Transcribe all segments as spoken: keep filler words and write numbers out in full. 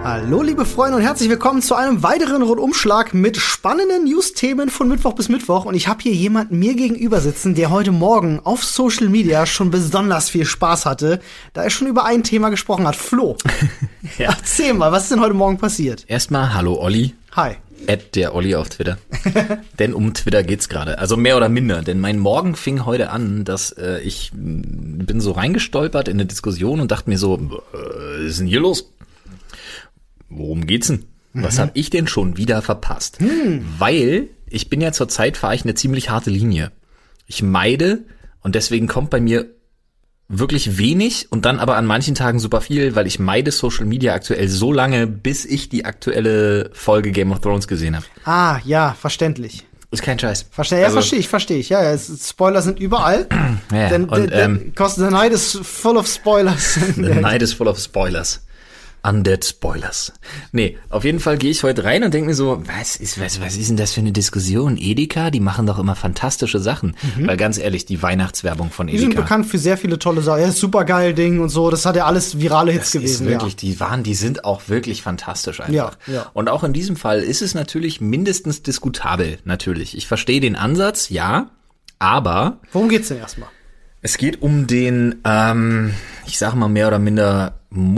Hallo liebe Freunde und herzlich willkommen zu einem weiteren Rundumschlag mit spannenden News-Themen von Mittwoch bis Mittwoch. Und ich habe hier jemanden mir gegenüber sitzen, der heute Morgen auf Social Media schon besonders viel Spaß hatte, da er schon über ein Thema gesprochen hat. Flo, ja. Erzähl mal, was ist denn heute Morgen passiert? Erstmal, hallo Olli. Hi. At der Olli auf Twitter. Denn um Twitter geht's gerade. Also mehr oder minder. Denn mein Morgen fing heute an, dass äh, ich m, bin so reingestolpert in eine Diskussion und dachte mir so, was ist denn hier los? Worum geht's denn? Was mhm. habe ich denn schon wieder verpasst? Hm. Weil ich bin ja zurzeit, fahre ich eine ziemlich harte Linie. Ich meide und deswegen kommt bei mir wirklich wenig und dann aber an manchen Tagen super viel, weil ich meide Social Media aktuell so lange, bis ich die aktuelle Folge Game of Thrones gesehen habe. Ah, ja, verständlich. Ist kein Scheiß. Verstehe, ja, also, verstehe ich, verstehe ich. Ja, ja, Spoiler sind überall. Ja, denn, und, denn, ähm, the night is full of spoilers. The night is full of spoilers. Undead Spoilers. Nee, auf jeden Fall gehe ich heute rein und denke mir so, was ist, was, was ist denn das für eine Diskussion? Edeka, die machen doch immer fantastische Sachen. Mhm. Weil ganz ehrlich, die Weihnachtswerbung von Edeka. Die sind bekannt für sehr viele tolle Sachen. Ja, super geil Ding und so. Das hat ja alles virale Hits das gewesen. Ist wirklich, ja. die waren, die sind auch wirklich fantastisch einfach. Ja, ja. Und auch in diesem Fall ist es natürlich mindestens diskutabel, natürlich. Ich verstehe den Ansatz, ja, aber. Worum geht's denn erstmal? Es geht um den, ähm, ich sag mal mehr oder minder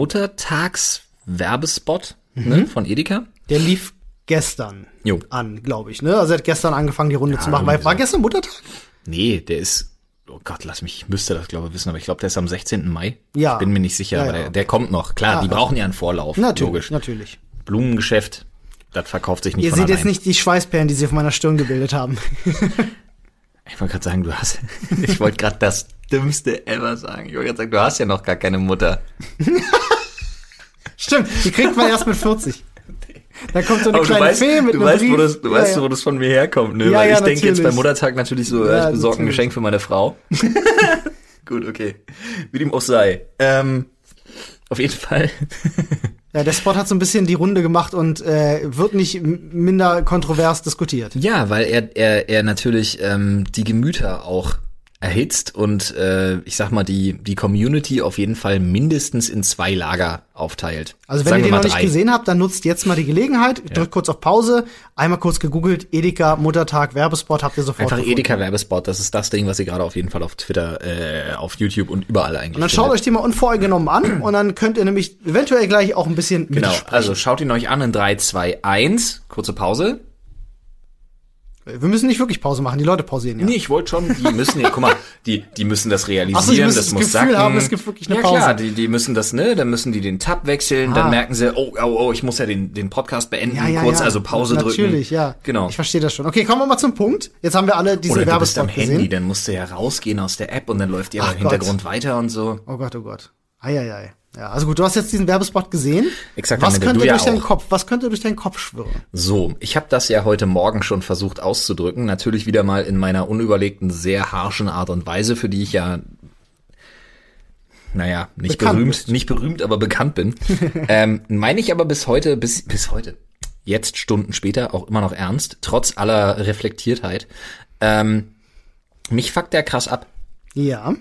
Muttertags-Werbespot mhm. ne, von Edeka. Der lief gestern jo. an, glaube ich. Ne? Also er hat gestern angefangen, die Runde ja, zu machen. War, war gestern Muttertag? Nee, der ist, oh Gott, lass mich, ich müsste das glaube ich wissen, aber ich glaube, der ist am sechzehnten Mai. Ja. Ich bin mir nicht sicher, ja, aber ja. Der, der kommt noch. Klar, ja, die brauchen ja einen Vorlauf. Natürlich, logisch. natürlich. Blumengeschäft, das verkauft sich nicht Ihr von seht allein. jetzt nicht die Schweißperlen, die sie auf meiner Stirn gebildet haben. Ich wollte gerade sagen, du hast, ich wollte gerade das Dümmste ever sagen. Ich wollte gerade sagen, du hast ja noch gar keine Mutter. Stimmt, die kriegt man erst mit vierzig. Da kommt so eine aber kleine weißt, Fee mit du einem weißt, Brief. Wo das, du ja, weißt, ja. wo das von mir herkommt, ne? Ja, Weil ja, ich denke jetzt beim natürlich. Muttertag natürlich so, Ja, ich besorge ein natürlich. Geschenk für meine Frau. Gut, okay. Wie dem auch sei. Ähm, auf jeden Fall. Ja, der Spot hat so ein bisschen die Runde gemacht und äh, wird nicht minder kontrovers diskutiert. Ja, weil er er er natürlich ähm, die Gemüter auch erhitzt und äh, ich sag mal die die Community auf jeden Fall mindestens in zwei Lager aufteilt. Also wenn Sagen ihr den wir noch mal nicht drei. gesehen habt, dann nutzt jetzt mal die Gelegenheit, Ja. drückt kurz auf Pause, einmal kurz gegoogelt, Edeka Muttertag Werbespot, habt ihr sofort Einfach gefunden. Edeka Werbespot, das ist das Ding, was ihr gerade auf jeden Fall auf Twitter, äh, auf YouTube und überall eigentlich Und dann schaut findet. euch die mal unvoreingenommen an und dann könnt ihr nämlich eventuell gleich auch ein bisschen Genau, mitsprechen. also schaut ihn euch an in drei, zwei, eins, kurze Pause. Wir müssen nicht wirklich Pause machen, die Leute pausieren ja. Nee, ich wollte schon, die müssen ja, guck mal, die die müssen das realisieren, Ach so, die müssen das das muss Gefühl sacken. haben, es gibt wirklich eine ja, Pause. klar, die die müssen das, ne, dann müssen die den Tab wechseln, Ah. dann merken sie, oh, oh, oh, ich muss ja den den Podcast beenden, Ja, ja, kurz ja. also Pause Natürlich, drücken. Natürlich, ja. Genau. Ich verstehe das schon. Okay, kommen wir mal zum Punkt. Jetzt haben wir alle diesen Oder du bist am Werbespot Handy, gesehen. dann musst du ja rausgehen aus der App und dann läuft die Ach aber im Hintergrund Gott. weiter und so. Oh Gott, oh Gott. Eieiei. Ja, also gut, du hast jetzt diesen Werbespot gesehen. Exakt, Was Annette, könnte du ja durch deinen auch. Kopf, was könnte durch deinen Kopf schwirren? So, ich habe das ja heute Morgen schon versucht auszudrücken, natürlich wieder mal in meiner unüberlegten, sehr harschen Art und Weise, für die ich ja, naja, nicht Bekannt berühmt, bist. nicht berühmt, aber bekannt bin. ähm, meine ich aber bis heute, bis bis heute, jetzt Stunden später auch immer noch ernst, trotz aller Reflektiertheit. Ähm, mich fuckt der krass ab, Ja.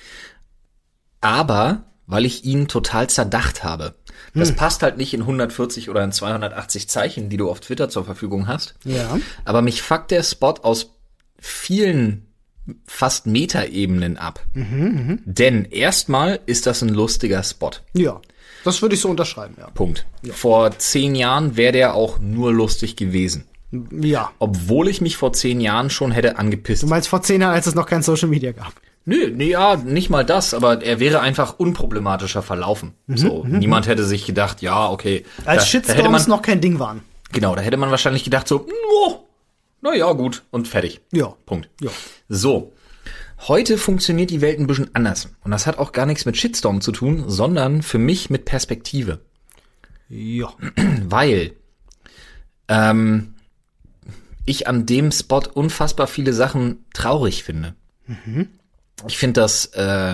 aber weil ich ihn total zerdacht habe. Das Hm. passt halt nicht in hundertvierzig oder in zweihundertachtzig Zeichen, die du auf Twitter zur Verfügung hast. Ja. Aber mich fuckt der Spot aus vielen fast Metaebenen ab. Mhm, Denn erstmal ist das ein lustiger Spot. Ja. Das würde ich so unterschreiben, ja. Punkt. Vor zehn Jahren wäre der auch nur lustig gewesen. Ja. Obwohl ich mich vor zehn Jahren schon hätte angepisst. Du meinst vor zehn Jahren, als es noch kein Social Media gab? Nö, nee, ja, nicht mal das, aber er wäre einfach unproblematischer verlaufen. So, niemand hätte sich gedacht, ja, okay. Als da, da hätte Shitstorms man, noch kein Ding waren. Genau, da hätte man wahrscheinlich gedacht so, oh, na ja, gut, und fertig. Ja. Punkt. Ja. So, heute funktioniert die Welt ein bisschen anders. Und das hat auch gar nichts mit Shitstorm zu tun, sondern für mich mit Perspektive. Ja. Weil ähm, ich an dem Spot unfassbar viele Sachen traurig finde. Mhm. Ich finde das, äh,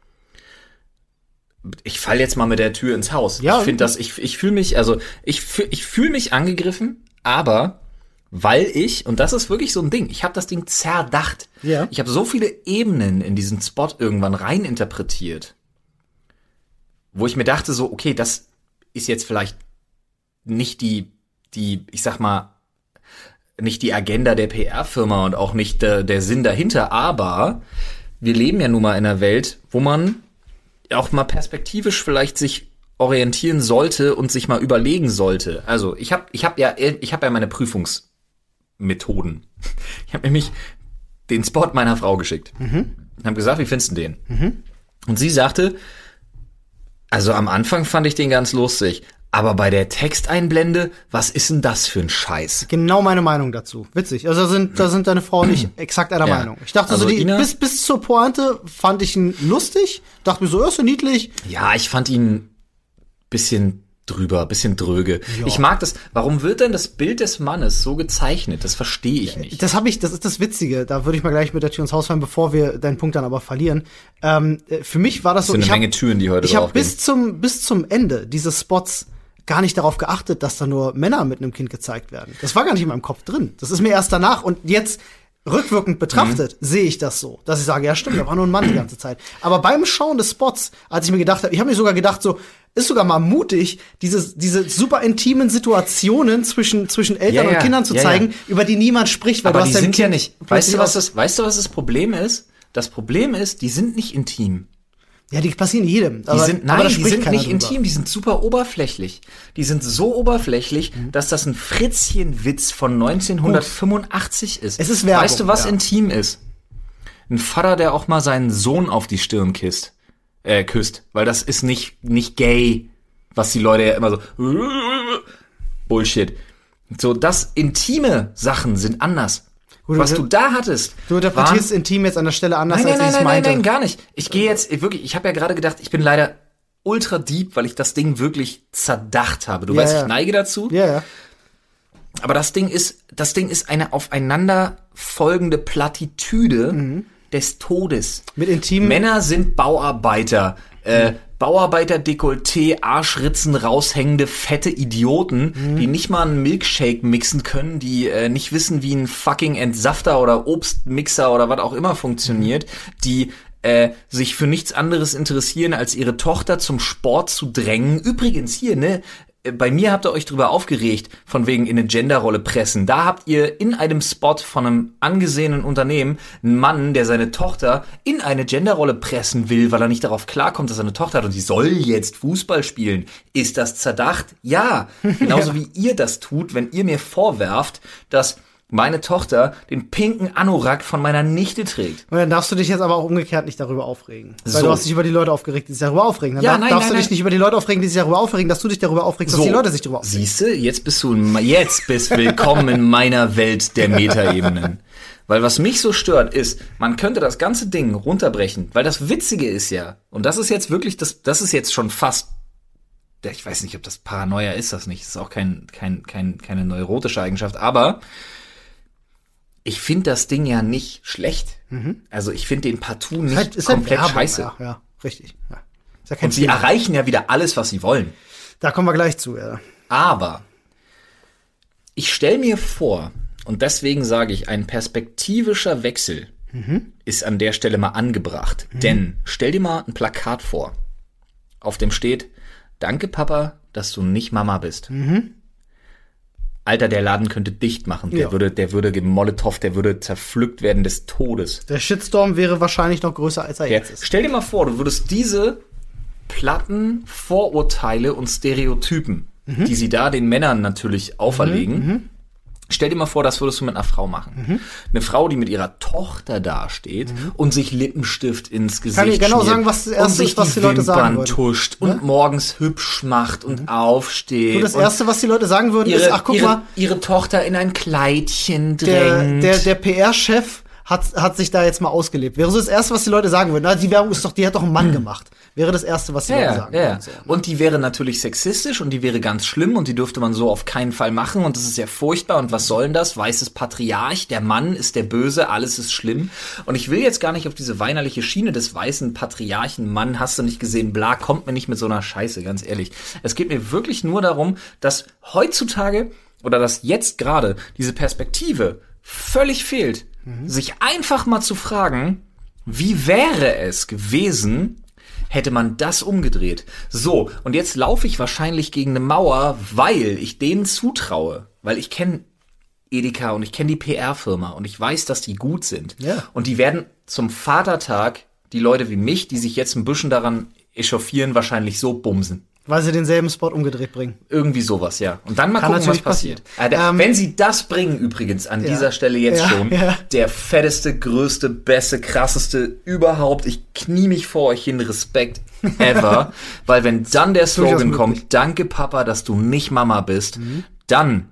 ich fall jetzt mal mit der Tür ins Haus. Ja. Ich finde das, ich, ich fühle mich, also ich, fühl- ich fühle mich angegriffen, aber weil ich, und das ist wirklich so ein Ding, ich habe das Ding zerdacht. Ja. Ich habe so viele Ebenen in diesen Spot irgendwann reininterpretiert, wo ich mir dachte so, okay, das ist jetzt vielleicht nicht die, die, ich sag mal, nicht die Agenda der P R-Firma und auch nicht der, der Sinn dahinter, aber wir leben ja nun mal in einer Welt, wo man auch mal perspektivisch vielleicht sich orientieren sollte und sich mal überlegen sollte. Also ich habe ich hab ja ich habe ja meine Prüfungsmethoden. Ich habe nämlich den Spot meiner Frau geschickt. Mhm. Und habe gesagt, wie findest du den? Mhm. Und sie sagte, also am Anfang fand ich den ganz lustig, aber bei der Texteinblende, was ist denn das für ein Scheiß? Genau meine Meinung dazu. Witzig. Also da sind, da sind deine Frau und ich exakt einer ja. Meinung. Ich dachte also so, die, Ina, bis, bis zur Pointe fand ich ihn lustig. Dachte mir so, ist so niedlich. Ja, ich fand ihn bisschen drüber, bisschen dröge. Ja. Ich mag das. Warum wird denn das Bild des Mannes so gezeichnet? Das verstehe ich nicht. Das habe ich, das ist das Witzige. Da würde ich mal gleich mit der Tür ins Haus fallen, bevor wir deinen Punkt dann aber verlieren. Ähm, für mich war das, das so. Das sind eine Menge hab, Türen, die heute Ich habe bis zum, bis zum Ende dieses Spots gar nicht darauf geachtet, dass da nur Männer mit einem Kind gezeigt werden. Das war gar nicht in meinem Kopf drin. Das ist mir erst danach und jetzt rückwirkend betrachtet, mhm. sehe ich das so, dass ich sage, ja stimmt, da war nur ein Mann die ganze Zeit. Aber beim Schauen des Spots, als ich mir gedacht habe, ich habe mir sogar gedacht, so, ist sogar mal mutig, diese, diese super intimen Situationen zwischen, zwischen Eltern ja, ja, und Kindern zu ja, zeigen, ja. über die niemand spricht. Weil aber du hast die sind kind ja nicht, weißt du, was das, weißt du, was das Problem ist? Das Problem ist, die sind nicht intim. Ja, die passieren jedem. Die aber, sind, nein, aber die sind nicht drüber. Intim, die sind super oberflächlich. Die sind so oberflächlich, mhm. dass das ein Fritzchen-Witz von neunzehnhundertfünfundachtzig ist. Es ist Werbung. Weißt du, was ja. intim ist? Ein Vater, der auch mal seinen Sohn auf die Stirn kisst. Äh, küsst. Weil das ist nicht, nicht gay, was die Leute ja immer so Bullshit. So, das intime Sachen sind anders. Gut, was du, du da hattest. Du interpretierst waren, intim jetzt an der Stelle anders, nein, nein, als ich es meinte. Nein, nein, nein, gar nicht. Ich gehe jetzt wirklich, ich habe ja gerade gedacht, ich bin leider ultra deep, weil ich das Ding wirklich zerdacht habe. Du ja, weißt, ja. ich neige dazu. Ja, ja. Aber das Ding ist, das Ding ist eine aufeinander folgende Plattitüde mhm. des Todes. Mit intimen. Männer sind Bauarbeiter. Äh, mhm. Bauarbeiter, Dekolleté, Arschritzen, raushängende, fette Idioten, mhm. die nicht mal einen Milkshake mixen können, die äh, nicht wissen, wie ein fucking Entsafter oder Obstmixer oder was auch immer funktioniert, mhm. die äh, sich für nichts anderes interessieren, als ihre Tochter zum Sport zu drängen. Übrigens hier, ne, bei mir habt ihr euch drüber aufgeregt, von wegen in eine Genderrolle pressen. Da habt ihr in einem Spot von einem angesehenen Unternehmen einen Mann, der seine Tochter in eine Genderrolle pressen will, weil er nicht darauf klarkommt, dass er eine Tochter hat und sie soll jetzt Fußball spielen. Ist das zerdacht? Ja. Genauso ja. wie ihr das tut, wenn ihr mir vorwerft, dass meine Tochter den pinken Anorak von meiner Nichte trägt. Und dann darfst du dich jetzt aber auch umgekehrt nicht darüber aufregen. Weil so. du hast dich über die Leute aufgeregt, die sich darüber aufregen. Dann ja, darf, nein, darfst nein, du dich nein. nicht über die Leute aufregen, die sich darüber aufregen, dass du dich darüber aufregst, so. dass die Leute sich darüber aufregen. Siehste, jetzt bist du, jetzt bist willkommen in meiner Welt der Metaebenen. Weil was mich so stört ist, man könnte das ganze Ding runterbrechen, weil das Witzige ist ja, und das ist jetzt wirklich, das, das ist jetzt schon fast, ich weiß nicht, ob das Paranoia ist, das nicht, das ist auch kein, kein, kein, keine neurotische Eigenschaft, aber ich finde das Ding ja nicht schlecht. Mhm. Also ich finde den partout nicht halt, ist komplett halt scheiße. Ja, ja, richtig. Ja. Ist ja kein Und sie Thema. Erreichen ja wieder alles, was sie wollen. Da kommen wir gleich zu, ja. Aber ich stelle mir vor, und deswegen sage ich, ein perspektivischer Wechsel mhm. ist an der Stelle mal angebracht. Mhm. Denn stell dir mal ein Plakat vor, auf dem steht, danke Papa, dass du nicht Mama bist. Mhm. Alter, der Laden könnte dicht machen. Der ja. würde, der würde gemolotov, der würde zerpflückt werden des Todes. Der Shitstorm wäre wahrscheinlich noch größer, als er der, jetzt ist. Stell dir mal vor, du würdest diese platten Vorurteile und Stereotypen, mhm. die sie da den Männern natürlich auferlegen, mhm. stell dir mal vor, das würdest du mit einer Frau machen. Mhm. Eine Frau, die mit ihrer Tochter dasteht mhm. und sich Lippenstift ins Gesicht Kann ich genau sagen, was das Erste ist, was die, die Leute sagen würden. tuscht und ja? morgens hübsch macht und mhm. aufsteht. Und das Erste, was die Leute sagen würden, ihre, ist, ach guck ihre, mal. Ihre Tochter in ein Kleidchen der, drängt. Der, der P R-Chef hat, hat sich da jetzt mal ausgelebt. Wäre so das Erste, was die Leute sagen würden. Na, die Werbung ist doch, die hat doch einen Mann mhm. gemacht. Wäre das Erste, was die ja, Leute sagen ja. würden. So, ne? Und die wäre natürlich sexistisch und die wäre ganz schlimm und die dürfte man so auf keinen Fall machen und das ist ja furchtbar und was soll denn das? Weißes Patriarch, der Mann ist der Böse, alles ist schlimm. Und ich will jetzt gar nicht auf diese weinerliche Schiene des weißen Patriarchen, Mann, hast du nicht gesehen, bla, kommt mir nicht mit so einer Scheiße, ganz ehrlich. Es geht mir wirklich nur darum, dass heutzutage oder dass jetzt gerade diese Perspektive völlig fehlt, mhm. sich einfach mal zu fragen, wie wäre es gewesen, hätte man das umgedreht. So, und jetzt laufe ich wahrscheinlich gegen eine Mauer, weil ich denen zutraue, weil ich kenne Edeka und ich kenne die P R-Firma und ich weiß, dass die gut sind. Ja. Und die werden zum Vatertag die Leute wie mich, die sich jetzt ein bisschen daran echauffieren, wahrscheinlich so bumsen. Weil sie denselben Spot umgedreht bringen. Irgendwie sowas, ja. Und dann mal Kann gucken, was passiert. passieren. Äh, der, Ähm, wenn sie das bringen, übrigens, an ja. dieser Stelle jetzt Ja, schon, ja. der fetteste, größte, beste, krasseste überhaupt, ich knie mich vor euch hin, Respekt ever, weil wenn dann der Slogan kommt, danke Papa, dass du nicht Mama bist, mhm. dann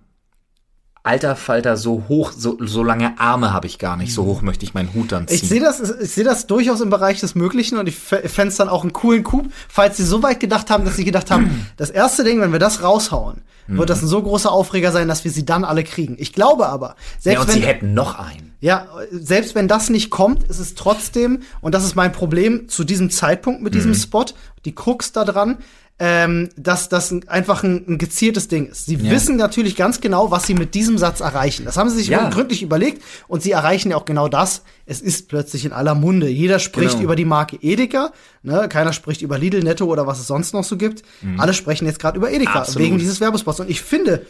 alter Falter, so hoch, so, so lange Arme habe ich gar nicht. So hoch möchte ich meinen Hut dann ziehen. Ich sehe das, ich sehe das durchaus im Bereich des Möglichen und ich fände es dann auch einen coolen Coup, falls sie so weit gedacht haben, dass sie gedacht haben, das erste Ding, wenn wir das raushauen, mhm. wird das ein so großer Aufreger sein, dass wir sie dann alle kriegen. Ich glaube aber, selbst ja, und wenn sie hätten noch einen. Ja, selbst wenn das nicht kommt, ist es trotzdem, und das ist mein Problem zu diesem Zeitpunkt mit diesem mhm. Spot, die Krux da dran, ähm, dass das einfach ein, ein gezieltes Ding ist. Sie ja. wissen natürlich ganz genau, was sie mit diesem Satz erreichen. Das haben sie sich ja. gründlich überlegt und sie erreichen ja auch genau das. Es ist plötzlich in aller Munde. Jeder spricht genau. über die Marke Edeka, ne? Keiner spricht über Lidl, Netto oder was es sonst noch so gibt. Mhm. Alle sprechen jetzt gerade über Edeka Absolut. wegen dieses Werbespots. Und ich finde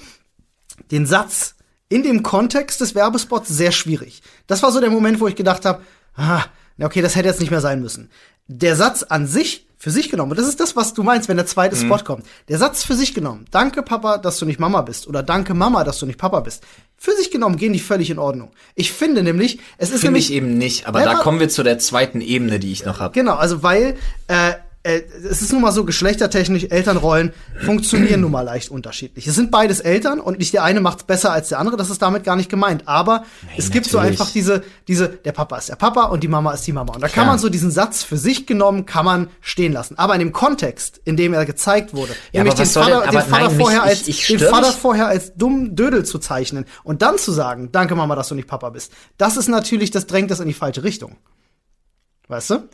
den Satz in dem Kontext des Werbespots sehr schwierig. Das war so der Moment, wo ich gedacht habe, ah, okay, das hätte jetzt nicht mehr sein müssen. Der Satz an sich, für sich genommen, und das ist das, was du meinst, wenn der zweite mhm. Spot kommt. Der Satz für sich genommen, danke Papa, dass du nicht Mama bist, oder danke Mama, dass du nicht Papa bist. Für sich genommen gehen die völlig in Ordnung. Ich finde nämlich, es ist Finde nämlich ich eben nicht, aber ja, da kommen wir zu der zweiten Ebene, die ich noch habe. Genau, also weil äh, Äh, es ist nun mal so, geschlechtertechnisch, Elternrollen funktionieren nun mal leicht unterschiedlich. Es sind beides Eltern und nicht der eine macht's besser als der andere, das ist damit gar nicht gemeint. Aber Nein, es gibt natürlich. so einfach diese, diese, der Papa ist der Papa und die Mama ist die Mama. Und da Klar. kann man so diesen Satz für sich genommen, kann man stehen lassen. Aber in dem Kontext, in dem er gezeigt wurde, ja, nämlich den Vater, den Vater nein, vorher mich, als, ich, ich den Vater vorher als dumm Dödel zu zeichnen und dann zu sagen, danke Mama, dass du nicht Papa bist. Das ist natürlich, das drängt das in die falsche Richtung. Weißt du?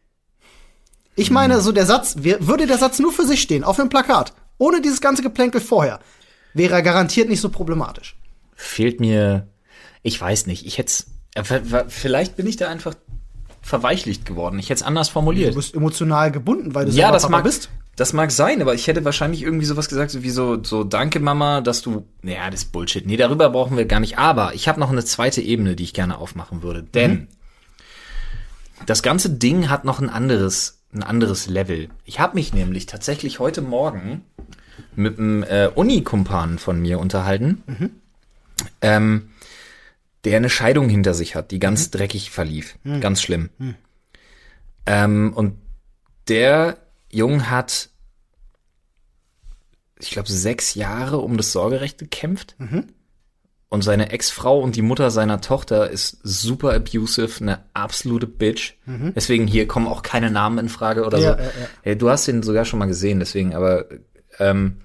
Ich meine, so der Satz, würde der Satz nur für sich stehen, auf dem Plakat, ohne dieses ganze Geplänkel vorher, wäre er garantiert nicht so problematisch. Fehlt mir, ich weiß nicht, ich hätte vielleicht bin ich da einfach verweichlicht geworden. Ich hätte es anders formuliert. Du bist emotional gebunden, weil du ja, selber das Papa mag, bist. Das mag sein, aber ich hätte wahrscheinlich irgendwie sowas gesagt, so wie so, so danke Mama, dass du, naja, das ist Bullshit. Nee, darüber brauchen wir gar nicht. Aber ich habe noch eine zweite Ebene, die ich gerne aufmachen würde. Denn mhm. das ganze Ding hat noch ein anderes ein anderes Level. Ich habe mich nämlich tatsächlich heute Morgen mit einem äh, Uni-Kumpan von mir unterhalten, mhm. ähm, der eine Scheidung hinter sich hat, die ganz mhm. dreckig verlief. Mhm. Ganz schlimm. Mhm. Ähm, und der Junge hat, ich glaube, sechs Jahre um das Sorgerecht gekämpft. Mhm. Und seine Ex-Frau und die Mutter seiner Tochter ist super abusive, eine absolute Bitch. Mhm. Deswegen hier kommen auch keine Namen in Frage oder ja, so. Ja, ja. Hey, du hast ihn sogar schon mal gesehen, deswegen, aber ähm,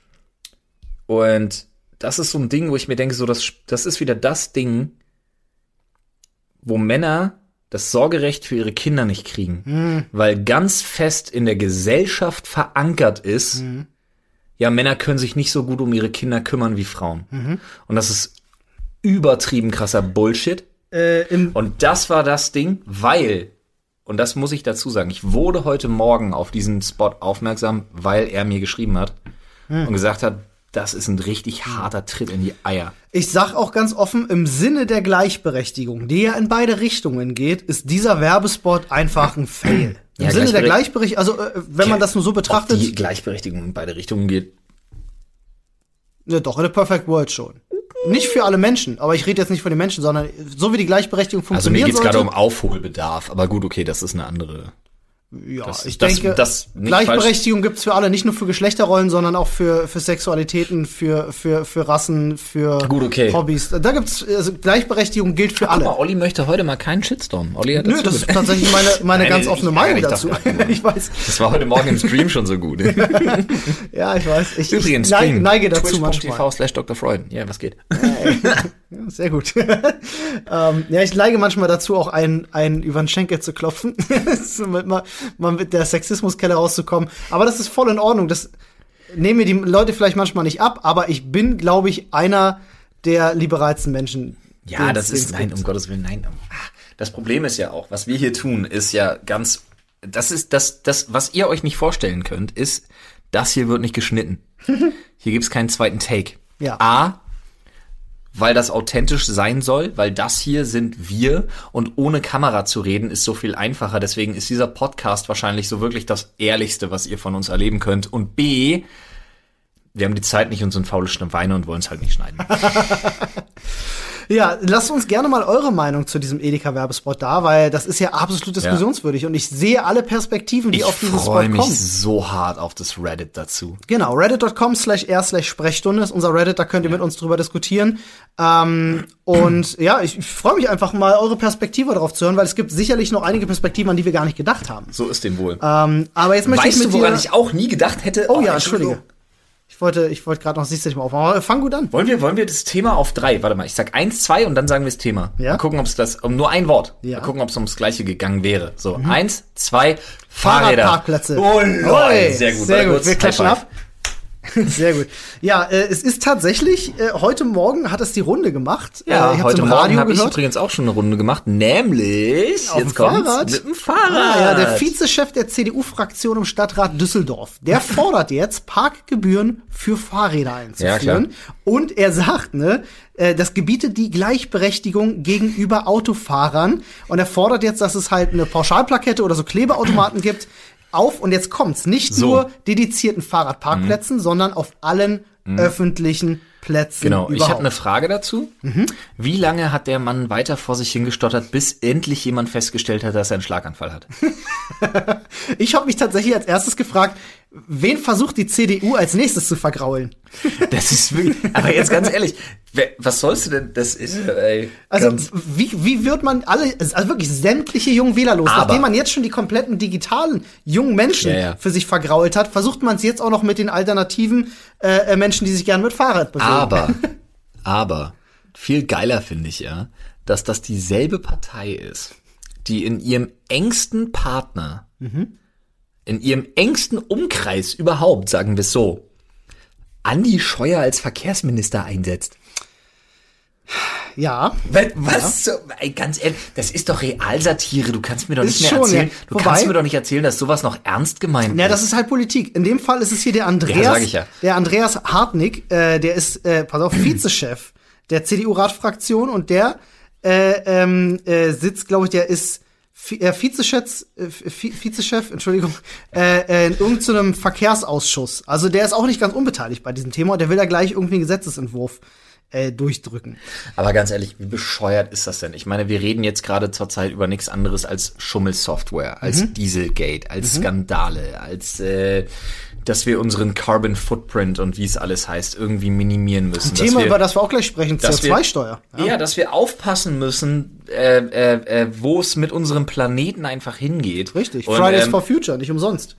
und das ist so ein Ding, wo ich mir denke, so das, das ist wieder das Ding, wo Männer das Sorgerecht für ihre Kinder nicht kriegen, mhm. weil ganz fest in der Gesellschaft verankert ist, mhm. ja, Männer können sich nicht so gut um ihre Kinder kümmern wie Frauen. Mhm. Und das ist übertrieben krasser Bullshit. Äh, und das war das Ding, weil, und das muss ich dazu sagen, ich wurde heute Morgen auf diesen Spot aufmerksam, weil er mir geschrieben hat mhm. und gesagt hat, das ist ein richtig harter Tritt in die Eier. Ich sag auch ganz offen, im Sinne der Gleichberechtigung, die ja in beide Richtungen geht, ist dieser Werbespot einfach ein Fail. Im ja, Sinne der Gleichberechtigung, also äh, wenn man das nur so betrachtet. Ob die Gleichberechtigung in beide Richtungen geht. Ja, doch, in der Perfect World schon. Nicht für alle Menschen, aber ich rede jetzt nicht von den Menschen, sondern so wie die Gleichberechtigung funktioniert. Also mir geht's gerade um Aufholbedarf, aber gut, okay, das ist eine andere. Ja, das, ich das, denke, das Gleichberechtigung gibt's für alle, nicht nur für Geschlechterrollen, sondern auch für für Sexualitäten, für für für Rassen, für Gut, okay. Hobbys. Da gibt's also Gleichberechtigung gilt für Ach, alle. Guck mal, Olli möchte heute mal keinen Shitstorm. Olli hat Nö, das ist tatsächlich meine meine Nein, ganz offene Meinung dazu. Ich weiß. Das war heute Morgen im Stream schon so gut. Ja, ich weiß. Ich, Übrigens, ich neige, neige dazu Twitch manchmal. Twitch Punkt T V slash Doktor Freud. Ja, was geht? Ja, sehr gut. ähm, ja, ich neige manchmal dazu, auch einen einen über den Schenkel zu klopfen, damit mal, mal mit der Sexismuskelle rauszukommen. Aber das ist voll in Ordnung. Das nehmen mir die Leute vielleicht manchmal nicht ab, aber ich bin, glaube ich, einer der liberalsten Menschen. Ja, das ist, nein, um Gottes Willen, nein. Das Problem ist ja auch, was wir hier tun, ist ja ganz das ist das, das, was ihr euch nicht vorstellen könnt, ist, das hier wird nicht geschnitten. Hier gibt's keinen zweiten Take. Ja. A, weil das authentisch sein soll, weil das hier sind wir und ohne Kamera zu reden ist so viel einfacher. Deswegen ist dieser Podcast wahrscheinlich so wirklich das Ehrlichste, was ihr von uns erleben könnt. Und B, wir haben die Zeit nicht und sind faule Schweine und wollen es halt nicht schneiden. Ja, lasst uns gerne mal eure Meinung zu diesem Edeka-Werbespot da, weil das ist ja absolut diskussionswürdig. Ja. Und ich sehe alle Perspektiven, die ich auf diesen Spot kommen. Ich freue mich so hart auf das Reddit dazu. Genau, reddit.com slash r slash Sprechstunde ist unser Reddit, da könnt ihr ja. mit uns drüber diskutieren. Ähm, und ja, ich, ich freue mich einfach mal, eure Perspektive darauf zu hören, weil es gibt sicherlich noch einige Perspektiven, an die wir gar nicht gedacht haben. So ist dem wohl. Ähm, aber jetzt möchte weißt ich mit du, woran dir ich auch nie gedacht hätte? Oh, oh ja, Entschuldige. Ich wollte, ich wollte gerade noch das nächste Thema aufmachen. Aber fang gut an. Wollen wir, wollen wir das Thema auf drei? Warte mal, ich sag eins, zwei und dann sagen wir das Thema. Ja? Mal gucken, ob es das, um nur ein Wort. Ja. Mal gucken, ob es ums Gleiche gegangen wäre. So, mhm. eins, zwei, Fahrräder. Fahrradparkplätze. Oh, Lord. Sehr gut. Sehr gut. Wir klatschen ab. Sehr gut. Ja, äh, es ist tatsächlich, äh, heute Morgen hat es die Runde gemacht. Ja, äh, ich heute im Morgen Radio habe ich gehört. übrigens auch schon eine Runde gemacht, nämlich Auf jetzt dem kommt's, Fahrrad. mit dem Fahrrad. Ah, ja, der Vizechef der C D U-Fraktion im Stadtrat Düsseldorf, der fordert jetzt, Parkgebühren für Fahrräder einzuführen. Ja, klar. Und er sagt, ne, äh, das gebietet die Gleichberechtigung gegenüber Autofahrern. Und er fordert jetzt, dass es halt eine Pauschalplakette oder so Klebeautomaten gibt, auf, und jetzt kommt's, nicht So. nur dedizierten Fahrradparkplätzen, mhm. sondern auf allen mhm. öffentlichen Plätzen. Genau, überhaupt. ich habe eine Frage dazu. Mhm. Wie lange hat der Mann weiter vor sich hingestottert, bis endlich jemand festgestellt hat, dass er einen Schlaganfall hat? Ich habe mich tatsächlich als erstes gefragt, wen versucht die C D U als nächstes zu vergraulen? Das ist wirklich, aber jetzt ganz ehrlich, wer, was sollst du denn, das ist, ey, Also, wie, wie wird man alle, also wirklich sämtliche jungen Wähler los? Aber Nachdem man jetzt schon die kompletten digitalen jungen Menschen ja, ja. für sich vergrault hat, versucht man es jetzt auch noch mit den alternativen äh, Menschen, die sich gerne mit Fahrrad bewegen. Aber, aber, viel geiler finde ich ja, dass das dieselbe Partei ist, die in ihrem engsten Partner, mhm. in ihrem engsten Umkreis überhaupt, sagen wir es so, Andi Scheuer als Verkehrsminister einsetzt. Ja. Was? Ja. So, ey, ganz ehrlich, das ist doch Realsatire. Du kannst mir doch ist nicht mehr schon, erzählen. ja. Du Wobei, kannst mir doch nicht erzählen, dass sowas noch ernst gemeint ja, ist. das ist halt Politik. In dem Fall ist es hier der Andreas, ja, sag ich ja. der Andreas Hartnig, äh, der ist, äh, pass auf, Vizechef der C D U-Ratfraktion, und der äh, ähm, äh, sitzt, glaube ich, der ist äh, Vizechef, äh, Vizechef, Entschuldigung, äh, äh, in irgendeinem Verkehrsausschuss. Also der ist auch nicht ganz unbeteiligt bei diesem Thema, und der will da gleich irgendwie einen Gesetzesentwurf äh, durchdrücken. Aber ganz ehrlich, wie bescheuert ist das denn? Ich meine, wir reden jetzt gerade zur Zeit über nichts anderes als Schummelsoftware, als mhm. Dieselgate, als mhm. Skandale, als äh, dass wir unseren Carbon Footprint und wie es alles heißt, irgendwie minimieren müssen. Ein Thema, wir, über das wir auch gleich sprechen, C O zwei Steuer. Ja. ja, dass wir aufpassen müssen, äh, äh, äh, wo es mit unserem Planeten einfach hingeht. Richtig, und, Fridays ähm, for Future, nicht umsonst.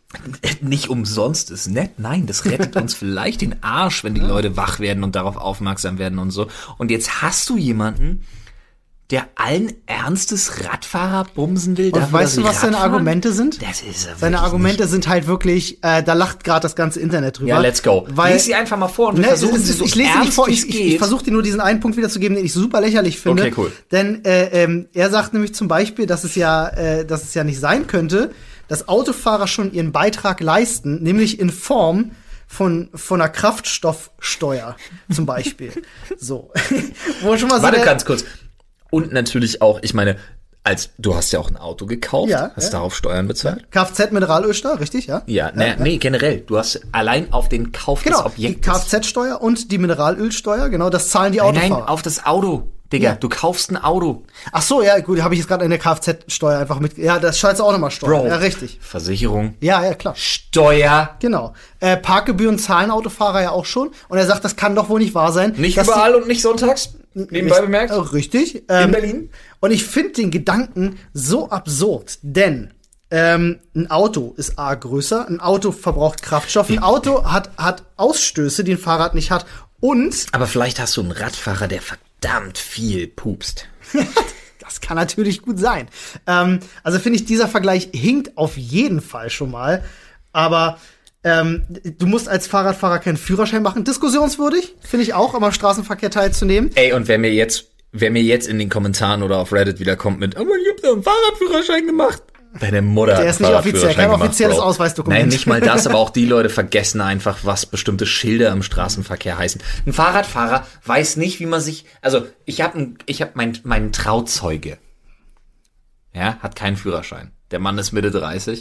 Nicht umsonst ist nett, nein, das rettet uns vielleicht den Arsch, wenn die ja. Leute wach werden und darauf aufmerksam werden und so. Und jetzt hast du jemanden, der allen Ernstes Radfahrer bumsen will. Und dafür, weißt du, was seine Argumente sind? Das ist er Seine Argumente nicht. sind halt wirklich, äh, da lacht gerade das ganze Internet drüber. Ja, let's go. Weil, Lies sie einfach mal vor und wir ne, versuchen sie so ich lese ernst, nicht vor, wie ich, es ich, geht. ich versuche dir nur diesen einen Punkt wiederzugeben, den ich super lächerlich finde. Okay, cool. Denn äh, ähm, er sagt nämlich zum Beispiel, dass es ja, äh, dass es ja nicht sein könnte, dass Autofahrer schon ihren Beitrag leisten, nämlich in Form von von einer Kraftstoffsteuer zum Beispiel. So, wo schon mal so Warte der, ganz kurz. Und natürlich auch, ich meine, als du hast ja auch ein Auto gekauft, Ja, hast ja. darauf Steuern bezahlt. Kfz-Mineralölsteuer, richtig, ja? Ja, na, ja. nee, generell. Du hast allein auf den Kauf Genau, des Objektes. die Kfz-Steuer und die Mineralölsteuer, genau, das zahlen die Nein, Autofahrer. nein, auf das Auto, Digga. Ja. Du kaufst ein Auto. Ach so, ja, gut, habe ich jetzt gerade in der Kfz-Steuer einfach mit. Ja, das schaltet auch nochmal Steuer. Bro. Ja, richtig. Versicherung. Ja, ja, klar. Steuer. Genau. Äh, Parkgebühren zahlen Autofahrer ja auch schon. Und er sagt, das kann doch wohl nicht wahr sein. Nicht dass überall und nicht sonntags. die, Nebenbei bemerkt. Äh, richtig. Ähm, In Berlin. Und ich finde den Gedanken so absurd, denn ähm, ein Auto ist A größer, ein Auto verbraucht Kraftstoff, ein Auto hat, hat Ausstöße, die ein Fahrrad nicht hat. Und Aber vielleicht hast du einen Radfahrer, der verdammt viel pupst. das kann natürlich gut sein. Ähm, also finde ich, dieser Vergleich hinkt auf jeden Fall schon mal. Aber ähm, du musst als Fahrradfahrer keinen Führerschein machen. Diskussionswürdig, finde ich auch, am Straßenverkehr teilzunehmen. Ey, und wer mir jetzt, wer mir jetzt in den Kommentaren oder auf Reddit wieder kommt mit, aber ich hab da einen Fahrradführerschein gemacht. Deine Mutter Der ist nicht offiziell, kein offizielles Ausweisdokument. Nein, nicht mal das, aber auch die Leute vergessen einfach, was bestimmte Schilder im Straßenverkehr heißen. Ein Fahrradfahrer weiß nicht, wie man sich, also ich habe ich hab mein, meinen Trauzeuge, ja, hat keinen Führerschein. Der Mann ist Mitte dreißig,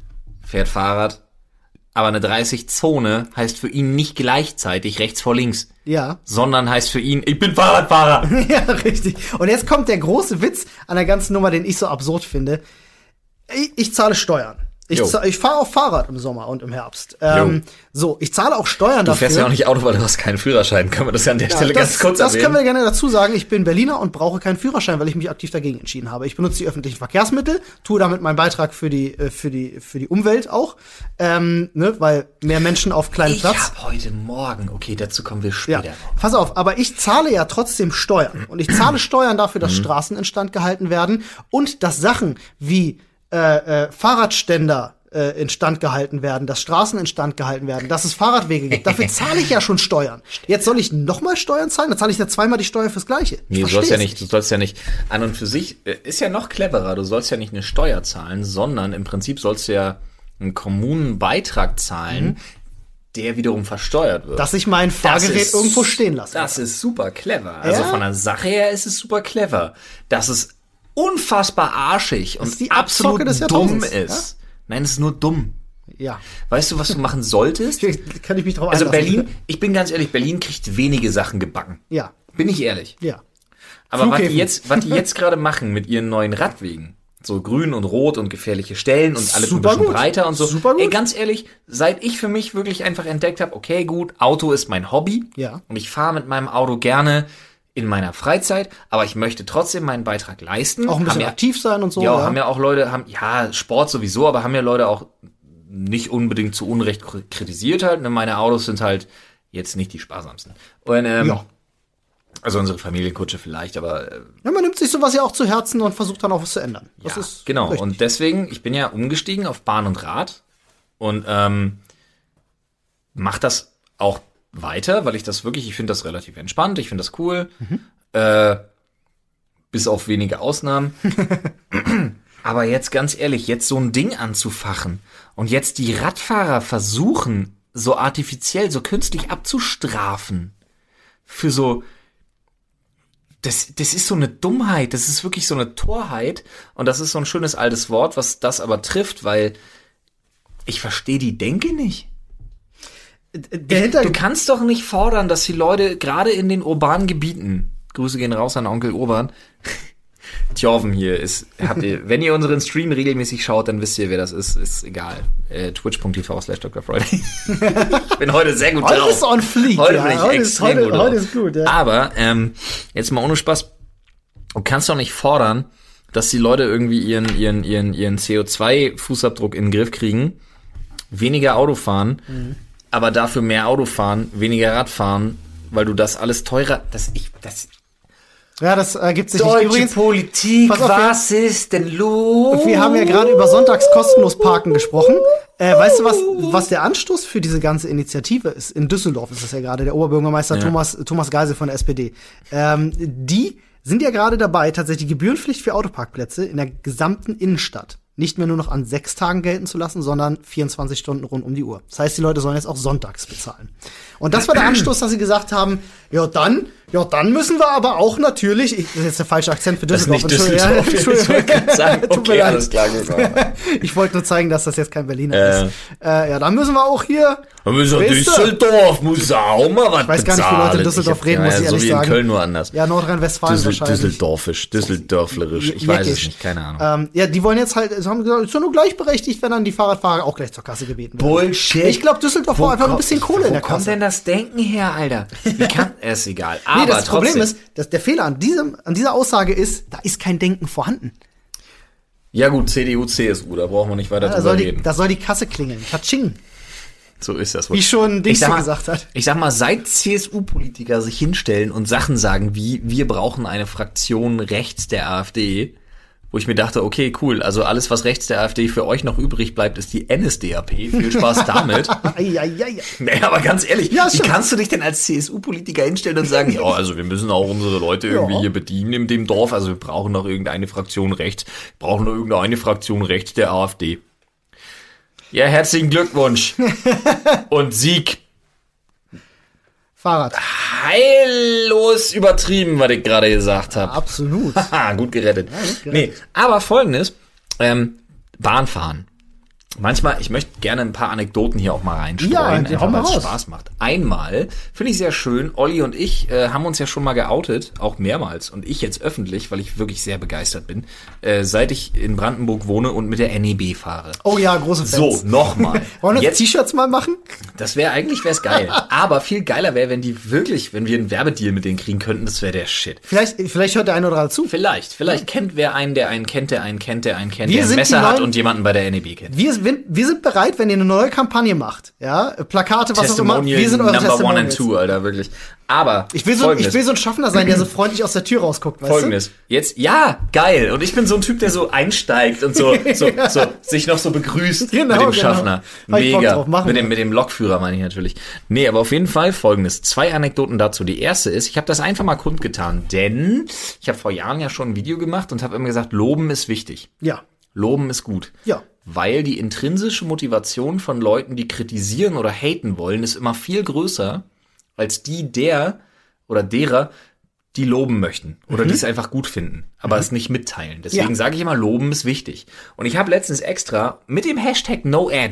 fährt Fahrrad, aber eine dreißig-Zone heißt für ihn nicht gleichzeitig rechts vor links. Ja. Sondern heißt für ihn, ich bin Fahrradfahrer. Ja, richtig. Und jetzt kommt der große Witz an der ganzen Nummer, den ich so absurd finde. Ich, ich zahle Steuern. Ich, ich fahre auch Fahrrad im Sommer und im Herbst. Ähm, so, ich zahle auch Steuern du dafür. Du fährst ja auch nicht Auto, weil du hast keinen Führerschein. Können wir das ja an der ja, Stelle das, ganz kurz das erwähnen? Das können wir gerne dazu sagen. Ich bin Berliner und brauche keinen Führerschein, weil ich mich aktiv dagegen entschieden habe. Ich benutze die öffentlichen Verkehrsmittel, tue damit meinen Beitrag für die für die für die Umwelt auch, ähm, ne, weil mehr Menschen auf kleinen ich Platz. Ich habe heute Morgen, okay, dazu kommen wir später. Ja, pass auf, aber ich zahle ja trotzdem Steuern und ich zahle Steuern dafür, dass mhm. Straßen instand gehalten werden und dass Sachen wie äh, äh, Fahrradständer äh, instand gehalten werden, dass Straßen instand gehalten werden, dass es Fahrradwege gibt. Dafür zahle ich ja schon Steuern. Jetzt soll ich nochmal Steuern zahlen? Dann zahle ich ja zweimal die Steuer fürs Gleiche. Nee, du sollst ja nicht, du sollst ja nicht, an und für sich, ist ja noch cleverer, du sollst ja nicht eine Steuer zahlen, sondern im Prinzip sollst du ja einen Kommunenbeitrag zahlen, mhm. der wiederum versteuert wird. Dass ich mein Fahrgerät ist, irgendwo stehen lasse. Das ist super clever. Also ja? Von der Sache her ist es super clever. Das ist unfassbar arschig und absolut dumm ist. Ja? Nein, es ist nur dumm. Ja. Weißt du, was du machen solltest? Kann ich mich drauf Also einlassen? Berlin, ich bin ganz ehrlich, Berlin kriegt wenige Sachen gebacken. Ja. Bin ich ehrlich. Ja. Aber Flughäfen. was die jetzt, was die jetzt gerade machen mit ihren neuen Radwegen, so grün und rot und gefährliche Stellen und alles ein bisschen gut. breiter und so. Super gut. Ey, ganz ehrlich, seit ich für mich wirklich einfach entdeckt habe, okay, gut, Auto ist mein Hobby. Ja. Und ich fahre mit meinem Auto gerne in meiner Freizeit, aber ich möchte trotzdem meinen Beitrag leisten. Auch ein bisschen ja, aktiv sein und so. Ja, ja, haben ja auch Leute, haben, ja, Sport sowieso, aber haben ja Leute auch nicht unbedingt zu Unrecht kritisiert halt. Meine Autos sind halt jetzt nicht die sparsamsten. Und, ähm, ja. Also unsere Familienkutsche vielleicht, aber äh, ja, man nimmt sich sowas ja auch zu Herzen und versucht dann auch was zu ändern. Das ja, ist genau. richtig. Und deswegen, ich bin ja umgestiegen auf Bahn und Rad und ähm, mach das auch weiter, weil ich das wirklich, ich finde das relativ entspannt, ich finde das cool, mhm. äh, bis auf wenige Ausnahmen. Aber jetzt ganz ehrlich, jetzt so ein Ding anzufachen und jetzt die Radfahrer versuchen, so artifiziell, so künstlich abzustrafen für so, das, das ist so eine Dummheit, das ist wirklich so eine Torheit und das ist so ein schönes altes Wort, was das aber trifft, weil ich verstehe die Denke nicht. Ich, du kannst doch nicht fordern, dass die Leute gerade in den urbanen Gebieten, Grüße gehen raus an Onkel Urban, Tjorven hier ist, habt ihr, wenn ihr unseren Stream regelmäßig schaut, dann wisst ihr, wer das ist, ist egal. Äh, twitch.tv slash Doktor Friday. Ich bin heute sehr gut heute drauf. Heute ist on fleek. Heute ja, bin ich heute extrem ist, heute, gut drauf. Heute ist gut, ja. Aber, ähm, jetzt mal ohne Spaß, du kannst doch nicht fordern, dass die Leute irgendwie ihren, ihren, ihren, ihren C O zwei Fußabdruck in den Griff kriegen, weniger Auto fahren, mhm. aber dafür mehr Auto fahren, weniger Rad fahren, weil du das alles teurer, das ich, das Ja, das ergibt sich Deutsche nicht. Übrigens, Politik, auf, was wir, ist denn los? Wir haben ja gerade über sonntags kostenlos parken gesprochen. Äh, weißt du, was, was der Anstoß für diese ganze Initiative ist? In Düsseldorf ist das ja gerade, der Oberbürgermeister ja. Thomas, Thomas Geisel von der S P D. Ähm, die sind ja gerade dabei, tatsächlich die Gebührenpflicht für Autoparkplätze in der gesamten Innenstadt nicht mehr nur noch an sechs Tagen gelten zu lassen, sondern vierundzwanzig Stunden rund um die Uhr. Das heißt, die Leute sollen jetzt auch sonntags bezahlen. Und das war der Anstoß, dass sie gesagt haben, ja dann, ja dann müssen wir aber auch natürlich, ich, das ist jetzt der falsche Akzent für Düsseldorf. Das ist nicht Düsseldorf, Entschuldigung. Ich wollte sagen, okay, alles klar. Ich wollte nur zeigen, dass das jetzt kein Berliner äh. ist. Äh, ja, dann müssen wir auch hier. Dann müssen wir Düsseldorf, muss auch mal was bezahlen. Ich weiß gar nicht, wie Leute in Düsseldorf reden, muss ich ehrlich sagen. So wie in Köln, nur anders. Ja, Nordrhein-Westfalen Düssel, wahrscheinlich. Düsseldorfisch, Düsseldorflerisch, ich weiß es nicht, keine Ahnung. Ähm, ja, die wollen jetzt halt, sie haben gesagt, ist doch nur gleichberechtigt, wenn dann die Fahrradfahrer auch gleich zur Kasse gebeten werden. Bullshit. Ich glaube, Düsseldorf war einfach ein bisschen Kohle in der Kasse. Wo kommt denn das Denken her, Alter? Wie kann, ist egal. Aber nee, das trotzdem. Problem ist, dass der Fehler an diesem, an dieser Aussage ist, da ist kein Denken vorhanden. Ja gut, C D U, C S U, da brauchen wir nicht weiter ja, drüber die, reden. Da soll die Kasse klingeln. Katsching. So ist das wohl. Wie schon Dings gesagt hat. Ich sag mal, seit C S U-Politiker sich hinstellen und Sachen sagen wie, wir brauchen eine Fraktion rechts der AfD, Wo ich mir dachte, okay, cool, also alles, was rechts der AfD für euch noch übrig bleibt, ist die N S D A P. Viel Spaß damit. ja, ja, ja. Naja, aber ganz ehrlich, Ja, wie stimmt. kannst du dich denn als C S U-Politiker hinstellen und sagen, ja, also wir müssen auch unsere Leute irgendwie Ja. hier bedienen in dem Dorf, also wir brauchen noch irgendeine Fraktion rechts, brauchen noch irgendeine Fraktion rechts der AfD. Ja, herzlichen Glückwunsch. Und Sieg. Fahrrad. Heillos übertrieben, was ich gerade gesagt habe. Absolut. Haha, gut gerettet. Ja, gut gerettet. Nee, aber folgendes, ähm, Bahnfahren. Manchmal, ich möchte gerne ein paar Anekdoten hier auch mal reinstreuen, Ja, die hau mal weil es raus. Spaß macht. Einmal, finde ich sehr schön, Olli und ich äh, haben uns ja schon mal geoutet, auch mehrmals, und ich jetzt öffentlich, weil ich wirklich sehr begeistert bin, äh, seit ich in Brandenburg wohne und mit der N E B fahre. Oh ja, große Fans. So, nochmal. Wollen wir Jetzt, T-Shirts mal machen? das wäre eigentlich wär's geil. Aber viel geiler wäre, wenn die wirklich, wenn wir einen Werbedeal mit denen kriegen könnten, das wäre der Shit. Vielleicht, vielleicht hört der eine oder andere zu. Vielleicht, vielleicht kennt wer einen, der einen kennt, der einen kennt, der einen kennt, Wir der ein sind Messer die hat neuen- und jemanden bei der N E B kennt. Wir, wir, wir sind bereit, wenn ihr eine neue Kampagne macht. Ja, Plakate, was auch immer. Testimonial Wir sind eure Number One and Testimonials. Two, Alter, wirklich. Aber Ich will, so, Folgendes. ich will so ein Schaffner sein, der so freundlich aus der Tür rausguckt, weißt Folgendes. Jetzt, ja, geil. Und ich bin so ein Typ, der so einsteigt und so, so, so sich noch so begrüßt Genau, mit dem genau. Schaffner. Hab ich Bock Mega. drauf, machen mit wir. dem, mit dem Lokführer meine ich natürlich. Nee, aber auf jeden Fall Folgendes. Zwei Anekdoten dazu. Die erste ist, ich habe das einfach mal kundgetan, denn ich habe vor Jahren ja schon ein Video gemacht und habe immer gesagt, Loben ist wichtig. du? Ja, Loben ist gut. ja. Weil die intrinsische Motivation von Leuten, die kritisieren oder haten wollen, ist immer viel größer als die der oder derer, die loben möchten oder die es einfach gut finden, aber es nicht mitteilen. Deswegen Ja. sage ich immer, loben ist wichtig. Und ich habe letztens extra mit dem Hashtag NoAd,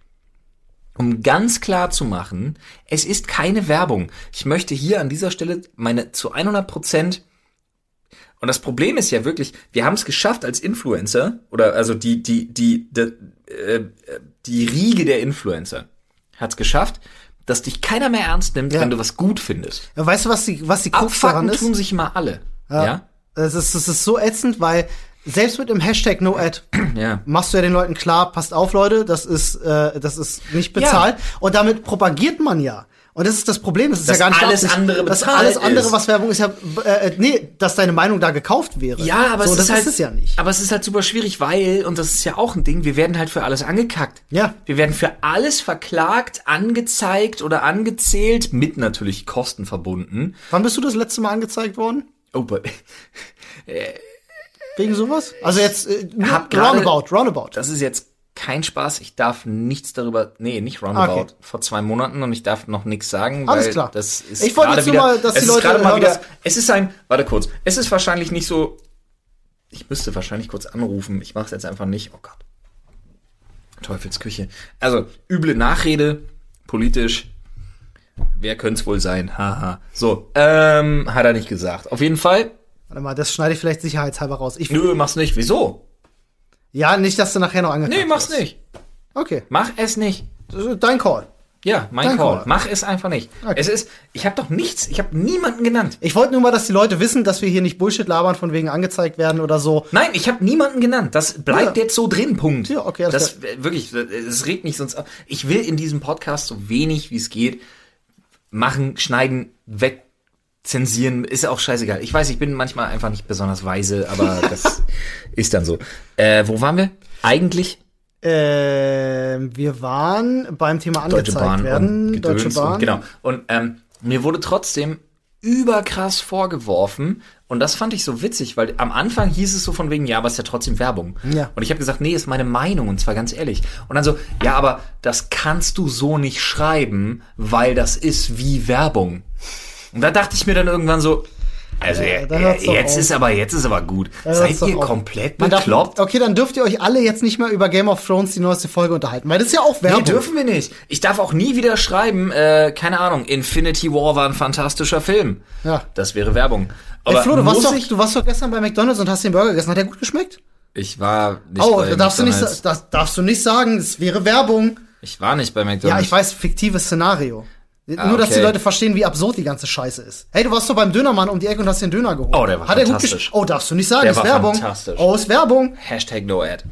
um ganz klar zu machen, es ist keine Werbung. Ich möchte hier an dieser Stelle meine zu hundert Prozent. Und das Problem ist ja wirklich, wir haben es geschafft als Influencer, oder also die, die, die, die, äh, die Riege der Influencer hat es geschafft, dass dich keiner mehr ernst nimmt, Ja. wenn du was gut findest. Ja, weißt du, was die, was die Krux daran Abfucken ist? tun sich immer alle. Ja. Ja? Es ist, es ist so ätzend, weil selbst mit dem Hashtag NoAd Ja. machst du ja den Leuten klar, passt auf, Leute, das ist, äh, das ist nicht bezahlt. Und damit propagiert man ja. Und das ist das Problem, das ist Dass ja gar nicht alles Absicht. andere Das bezahlt alles andere, ist. was Werbung ist, ja, äh, nee, dass deine Meinung da gekauft wäre. Ja, aber so, es das ist halt, es ja nicht. aber es ist halt super schwierig, weil, und das ist ja auch ein Ding, wir werden halt für alles angekackt. Ja. Wir werden für alles verklagt, angezeigt oder angezählt, mit natürlich Kosten verbunden. Wann bist du das letzte Mal angezeigt worden? Oh, but, Wegen sowas? Also jetzt, äh, Hab gerade- roundabout, roundabout. das ist jetzt kein Spaß, ich darf nichts darüber, nee, nicht roundabout, Okay. vor zwei Monaten und ich darf noch nichts sagen, Alles weil klar. das ist Ich wollte gerade jetzt nur wieder, mal, dass es die ist Leute gerade mal hören, wieder, dass- es ist ein, warte kurz, es ist wahrscheinlich nicht so, ich müsste wahrscheinlich kurz anrufen, ich mache es jetzt einfach nicht, oh Gott, Teufelsküche, also, üble Nachrede, politisch, wer könnte es wohl sein, haha, so, ähm, hat er nicht gesagt, auf jeden Fall, Warte mal, das schneide ich vielleicht sicherheitshalber raus. Ich, nö, mach's nicht, wieso? ja, nicht, dass du nachher noch angezeigt Nee, mach's wirst. nicht, Okay, mach es nicht. das ist dein Call. Ja, mein Dein Call. Call. Mach es einfach nicht. Okay. Es ist, ich habe doch nichts, ich habe niemanden genannt. Ich wollte nur mal, dass die Leute wissen, dass wir hier nicht Bullshit labern, von wegen angezeigt werden oder so. Nein, ich habe niemanden genannt. Das bleibt Ja. jetzt so drin, Punkt. Ja, okay, alles Das äh, wirklich, es regt mich sonst auf. Ich will in diesem Podcast so wenig wie es geht machen, schneiden, weg, zensieren, ist auch scheißegal. Ich weiß, ich bin manchmal einfach nicht besonders weise, aber das ist dann so. Äh, wo waren wir? Eigentlich Ähm, wir waren beim Thema angezeigt Deutsche Bahn werden. und Deutsche Gedöns Bahn. und genau. Und ähm, mir wurde trotzdem überkrass vorgeworfen und das fand ich so witzig, weil am Anfang hieß es so von wegen, ja, aber ist ja trotzdem Werbung. Ja. Und ich habe gesagt, nee, ist meine Meinung und zwar ganz ehrlich. Und dann so, ja, aber das kannst du so nicht schreiben, weil das ist wie Werbung. Und da dachte ich mir dann irgendwann so, also Ja, da äh, hört's doch jetzt auf. ist aber jetzt ist aber gut. Da Seid hört's doch ihr auf. komplett Man darf- bekloppt? Okay, dann dürft ihr euch alle jetzt nicht mehr über Game of Thrones die neueste Folge unterhalten, weil das ist ja auch Werbung. Nee, dürfen wir nicht. Ich darf auch nie wieder schreiben, äh, keine Ahnung, Infinity War war ein fantastischer Film. Ja. Das wäre Werbung. Ey, Aber Flo, du warst, muss doch, ich, du warst doch gestern bei McDonald's und hast den Burger gegessen. Hat der gut geschmeckt? ich war nicht Oh, bei da darfst du, nicht, McDonald's. sa- das darfst du nicht sagen, es wäre Werbung. Ich war nicht bei Ja, McDonald's. ich weiß, fiktives Szenario. Ah, Nur, dass die okay. Leute verstehen, wie absurd die ganze Scheiße ist. Hey, du warst doch beim Dönermann um die Ecke und hast den Döner geholt. Oh, der war Hat er gut fantastisch. gesch- Oh, darfst du nicht sagen, Der ist war Werbung. fantastisch. Oh, ist Werbung. Hashtag no ad.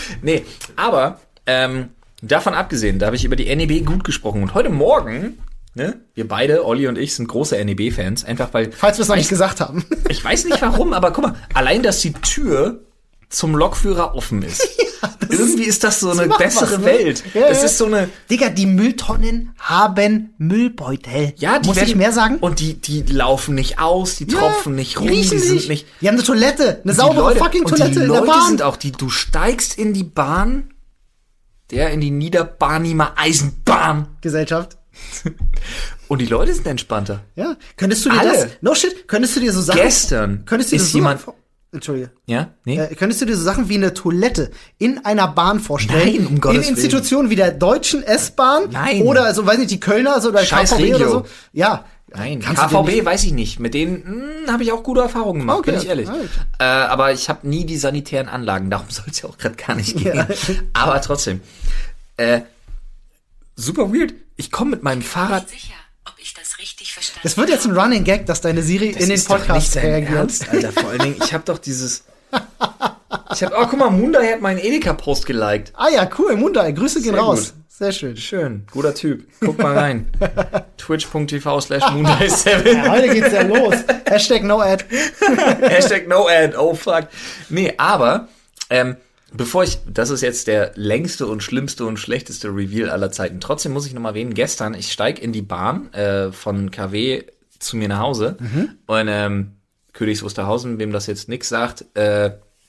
Nee, aber ähm, davon abgesehen, da habe ich über die N E B gut gesprochen. Und heute Morgen ne? Wir beide, Olli und ich, sind große N E B-Fans. Einfach weil... Falls wir es noch nicht gesagt haben. Ich weiß nicht warum, aber guck mal, allein, dass die Tür zum Lokführer offen ist. Ja, irgendwie ist das so eine bessere was, ne? Welt. Ja, das ja. ist so eine... Digga, die Mülltonnen haben Müllbeutel. Ja, die Muss werden, ich mehr sagen? Und die, die laufen nicht aus, die ja, tropfen nicht rum, die sind sich. nicht... Die haben eine Toilette, eine saubere Leute, fucking Toilette und die in Leute der Bahn. sind auch die, du steigst in die Bahn, der in die Niederbarnimer Eisenbahn. Gesellschaft. Und die Leute sind entspannter. Ja. Könntest du dir Alle. das, no shit, könntest du dir so Sachen... Gestern könntest du dir ist so jemand... Entschuldige. Ja? Nee? Äh, könntest du dir so Sachen wie eine Toilette in einer Bahn vorstellen? Nein, um Gottes In Institutionen wie der Deutschen S-Bahn? Nein. Oder, also, weiß nicht, die Kölner so, oder Scheiß K V B Regio. oder so? Ja. Nein, Kannst K du V dir B nicht- weiß ich nicht. Mit denen habe ich auch gute Erfahrungen gemacht, Okay, bin ich ehrlich. right. Äh, aber ich habe nie die sanitären Anlagen, darum soll es ja auch gerade gar nicht gehen. Ja. Aber trotzdem. Äh, super weird. Ich komme mit meinem Fahrrad... Sicher, ob ich das richtig verstanden Das wird jetzt ein Running Gag, dass deine Siri Das in den ist doch Podcast nicht dein reagiert. Ernst, Alter. Vor allen Dingen, ich habe doch dieses... Ich habe, oh, guck mal, Munda hat meinen Edeka-Post geliked. Ah ja, cool, Mundai, Grüße gehen Sehr raus. gut. Sehr schön. Schön, guter Typ. Guck mal rein. Twitch.tv slash Moonday seven. Ja, heute geht's ja los. Hashtag no ad. Hashtag no ad, oh fuck. Nee, aber, ähm, bevor ich, das ist jetzt der längste und schlimmste und schlechteste Reveal aller Zeiten. Trotzdem muss ich noch mal erwähnen, gestern, ich steig in die Bahn äh, von K W zu mir nach Hause mhm. und ähm, Königs Wusterhausen, wem das jetzt nix sagt, äh,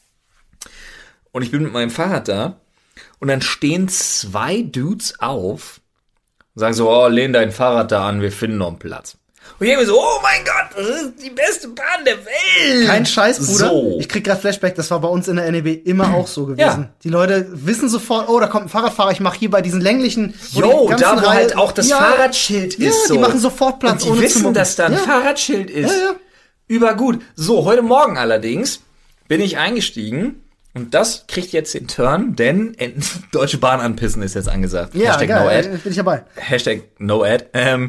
und ich bin mit meinem Fahrrad da und dann stehen zwei Dudes auf und sagen so, oh, lehn dein Fahrrad da an, wir finden noch einen Platz. Und ich denke mir so, oh mein Gott, das ist die beste Bahn der Welt. Kein Scheiß, Bruder. So. Ich krieg grad Flashback, das war bei uns in der N E B immer auch so gewesen. Ja. Die Leute wissen sofort, oh, da kommt ein Fahrradfahrer, ich mache hier bei diesen länglichen... wo Jo, die ganzen da wo Reihe- halt auch das ja, Fahrradschild ja, ist. So. die machen sofort Platz, Und die ohne zu wissen, mucken. dass da ein Ja. Fahrradschild ist. Ja, ja. Übergut. So, heute Morgen allerdings bin ich eingestiegen und das kriegt jetzt den Turn, denn äh, Deutsche Bahn anpissen ist jetzt angesagt. Ja, Hashtag geil, no ad. bin ich dabei. Hashtag no ad. Ähm,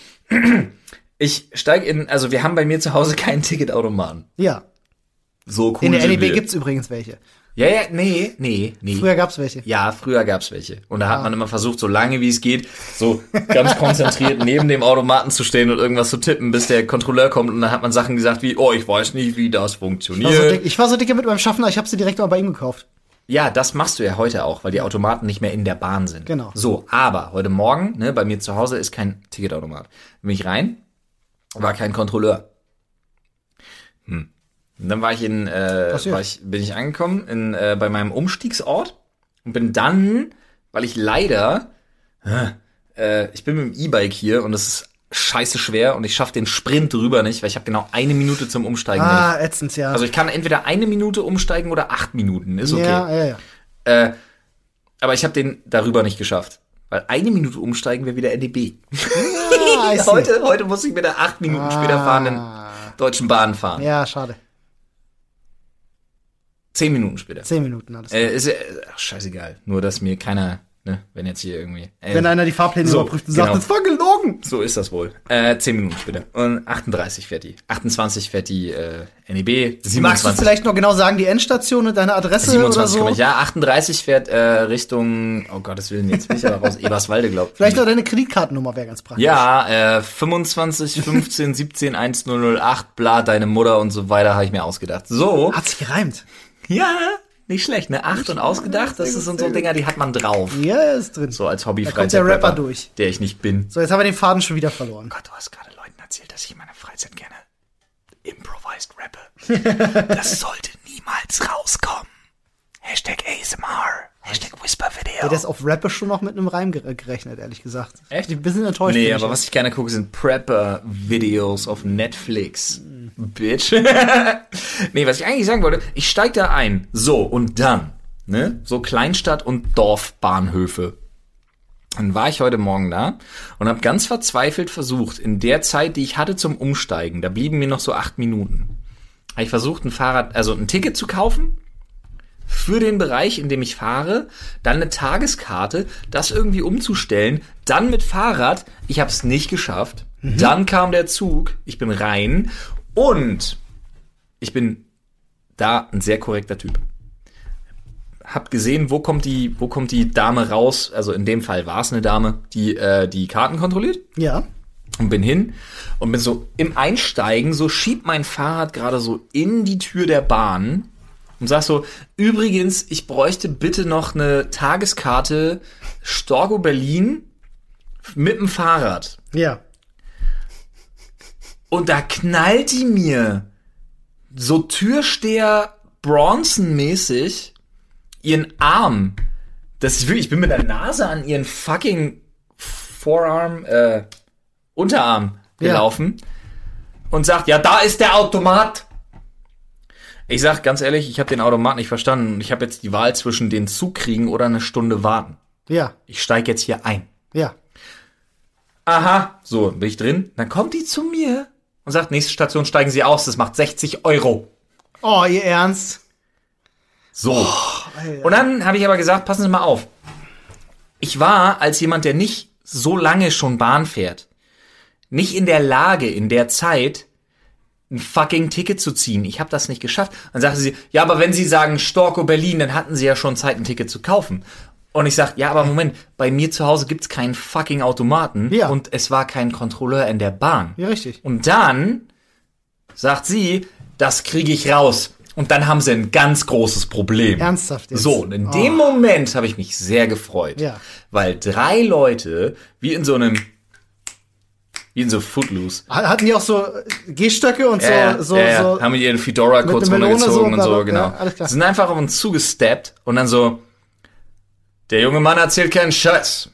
ich steig in, also wir haben bei mir zu Hause keinen Ticketautomaten. Ja. So cool In der N E B sind wir. gibt's übrigens welche. Ja, ja, nee, nee, nee. Früher gab's welche. Ja, früher gab's welche. Und da hat man immer versucht, so lange wie es geht, so ganz konzentriert neben dem Automaten zu stehen und irgendwas zu tippen, bis der Kontrolleur kommt. Und dann hat man Sachen gesagt wie, oh, ich weiß nicht, wie das Ich war, so funktioniert. dick, ich war so dicke mit meinem Schaffner, ich habe sie direkt mal bei ihm gekauft. Ja, das machst du ja heute auch, weil die Automaten nicht mehr in der Bahn sind. Genau. So, aber heute Morgen, ne, bei mir zu Hause ist kein Ticketautomat. Bin ich rein, war kein Kontrolleur. Hm. Und dann war ich in, äh, Passiert. war ich, bin ich angekommen in, äh, bei meinem Umstiegsort und bin dann, weil ich leider, äh, ich bin mit dem E-Bike hier und es ist scheiße schwer und ich schaffe den Sprint drüber nicht, weil ich habe genau eine Minute zum Umsteigen. Ah, ätzend, ja. Also ich kann entweder eine Minute umsteigen oder acht Minuten, ist okay. Ja, ja, ja. Äh, aber ich habe den darüber nicht geschafft. Weil eine Minute umsteigen wäre wieder N D B. Ah, I see. heute, heute muss ich mit der acht Minuten Ah. später fahrenden Deutschen Bahn fahren. Ja, schade. Zehn Minuten später. Zehn Minuten alles. Äh, ist, äh, ach, scheißegal. Nur, dass mir keiner, ne, wenn jetzt hier irgendwie... Äh, Wenn einer die Fahrpläne so, überprüft und sagt, genau. das war gelogen. So ist das wohl. Äh, zehn Minuten später. Und achtunddreißig fährt die. achtundzwanzig fährt die äh, N E B. Magst du siebenundzwanzig vielleicht noch genau sagen, die Endstation und deine Adresse siebenundzwanzig oder so? komm ich. Ja, achtunddreißig fährt äh, Richtung, oh Gottes Willen, jetzt bin ich aber raus, Eberswalde, glaub ich. Vielleicht noch deine Kreditkartennummer wäre ganz praktisch. Ja, äh, fünfundzwanzig, fünfzehn, siebzehn, eins null null acht, bla, deine Mutter und so weiter, habe ich mir ausgedacht. So. Hat sich gereimt. Ja, nicht schlecht, ne? Acht und ausgedacht, das sind so Dinger, die hat man drauf. Ja, ist drin. So als hobby Da kommt der Rapper durch. der ich nicht bin. So, jetzt haben wir den Faden schon wieder verloren. Gott, du hast gerade Leuten erzählt, dass ich in meiner Freizeit gerne improvised rappe. Das sollte niemals rauskommen. Hashtag A S M R. Hashtag Whisper Ja, Video. der ist auf Rappe schon noch mit einem Reim gere- gerechnet, ehrlich gesagt. Echt? Ich bin ein bisschen enttäuscht. Nee, bin aber ich was ich gerne gucke, sind Prepper-Videos auf Netflix. Bitch. Nee, was ich eigentlich sagen wollte, ich steig da ein. So, und dann, ne, so Kleinstadt- und Dorfbahnhöfe. Dann war ich heute Morgen da und habe ganz verzweifelt versucht, in der Zeit, die ich hatte zum Umsteigen, da blieben mir noch so acht Minuten, habe ich versucht, ein Fahrrad, also ein Ticket zu kaufen für den Bereich, in dem ich fahre, dann eine Tageskarte, das irgendwie umzustellen, dann mit Fahrrad, ich habe es nicht geschafft, mhm. Dann kam der Zug, ich bin rein und ich bin da ein sehr korrekter Typ. Hab gesehen, wo kommt die, wo kommt die Dame raus, also in dem Fall war es eine Dame, die äh, die Karten kontrolliert. Ja. Und bin hin und bin so im Einsteigen, so schiebt mein Fahrrad gerade so in die Tür der Bahn und sag so, übrigens, ich bräuchte bitte noch eine Tageskarte Storkow Berlin mit dem Fahrrad. Ja. Und da knallt die mir so Türsteher Bronson-mäßig ihren Arm. Das ist wirklich, ich bin mit der Nase an ihren fucking Forearm, äh, Unterarm gelaufen. Ja. Und sagt, ja, da ist der Automat. Ich sag ganz ehrlich, ich habe den Automat nicht verstanden. Ich habe jetzt die Wahl zwischen den Zug kriegen oder eine Stunde warten. Ja. Ich steige jetzt hier ein. Ja. Aha, so, bin ich drin. Dann kommt die zu mir und sagt, nächste Station steigen Sie aus, das macht sechzig Euro. Oh, ihr Ernst? So. Oh, und dann habe ich aber gesagt, passen Sie mal auf. Ich war als jemand, der nicht so lange schon Bahn fährt, nicht in der Lage, in der Zeit, ein fucking Ticket zu ziehen. Ich habe das nicht geschafft. Dann sagte sie, ja, aber wenn Sie sagen Storkow Berlin, dann hatten Sie ja schon Zeit, ein Ticket zu kaufen. Und ich sag, ja, aber Moment, bei mir zu Hause gibt's keinen fucking Automaten. Ja. Und es war kein Kontrolleur in der Bahn. Ja, richtig. Und dann sagt sie, das kriege ich raus. Und dann haben sie ein ganz großes Problem. Ernsthaft jetzt? So, und in oh. dem Moment habe ich mich sehr gefreut. Ja. Weil drei Leute, wie in so einem, wie in so Footloose. Hatten die auch so Gehstöcke und so, Äh, so, äh, so. haben ihren Fedora mit kurz der Melone runtergezogen so, und so, ja, genau. alles klar. Sind einfach auf uns zugesteppt und dann so, der junge Mann erzählt keinen Scheiß.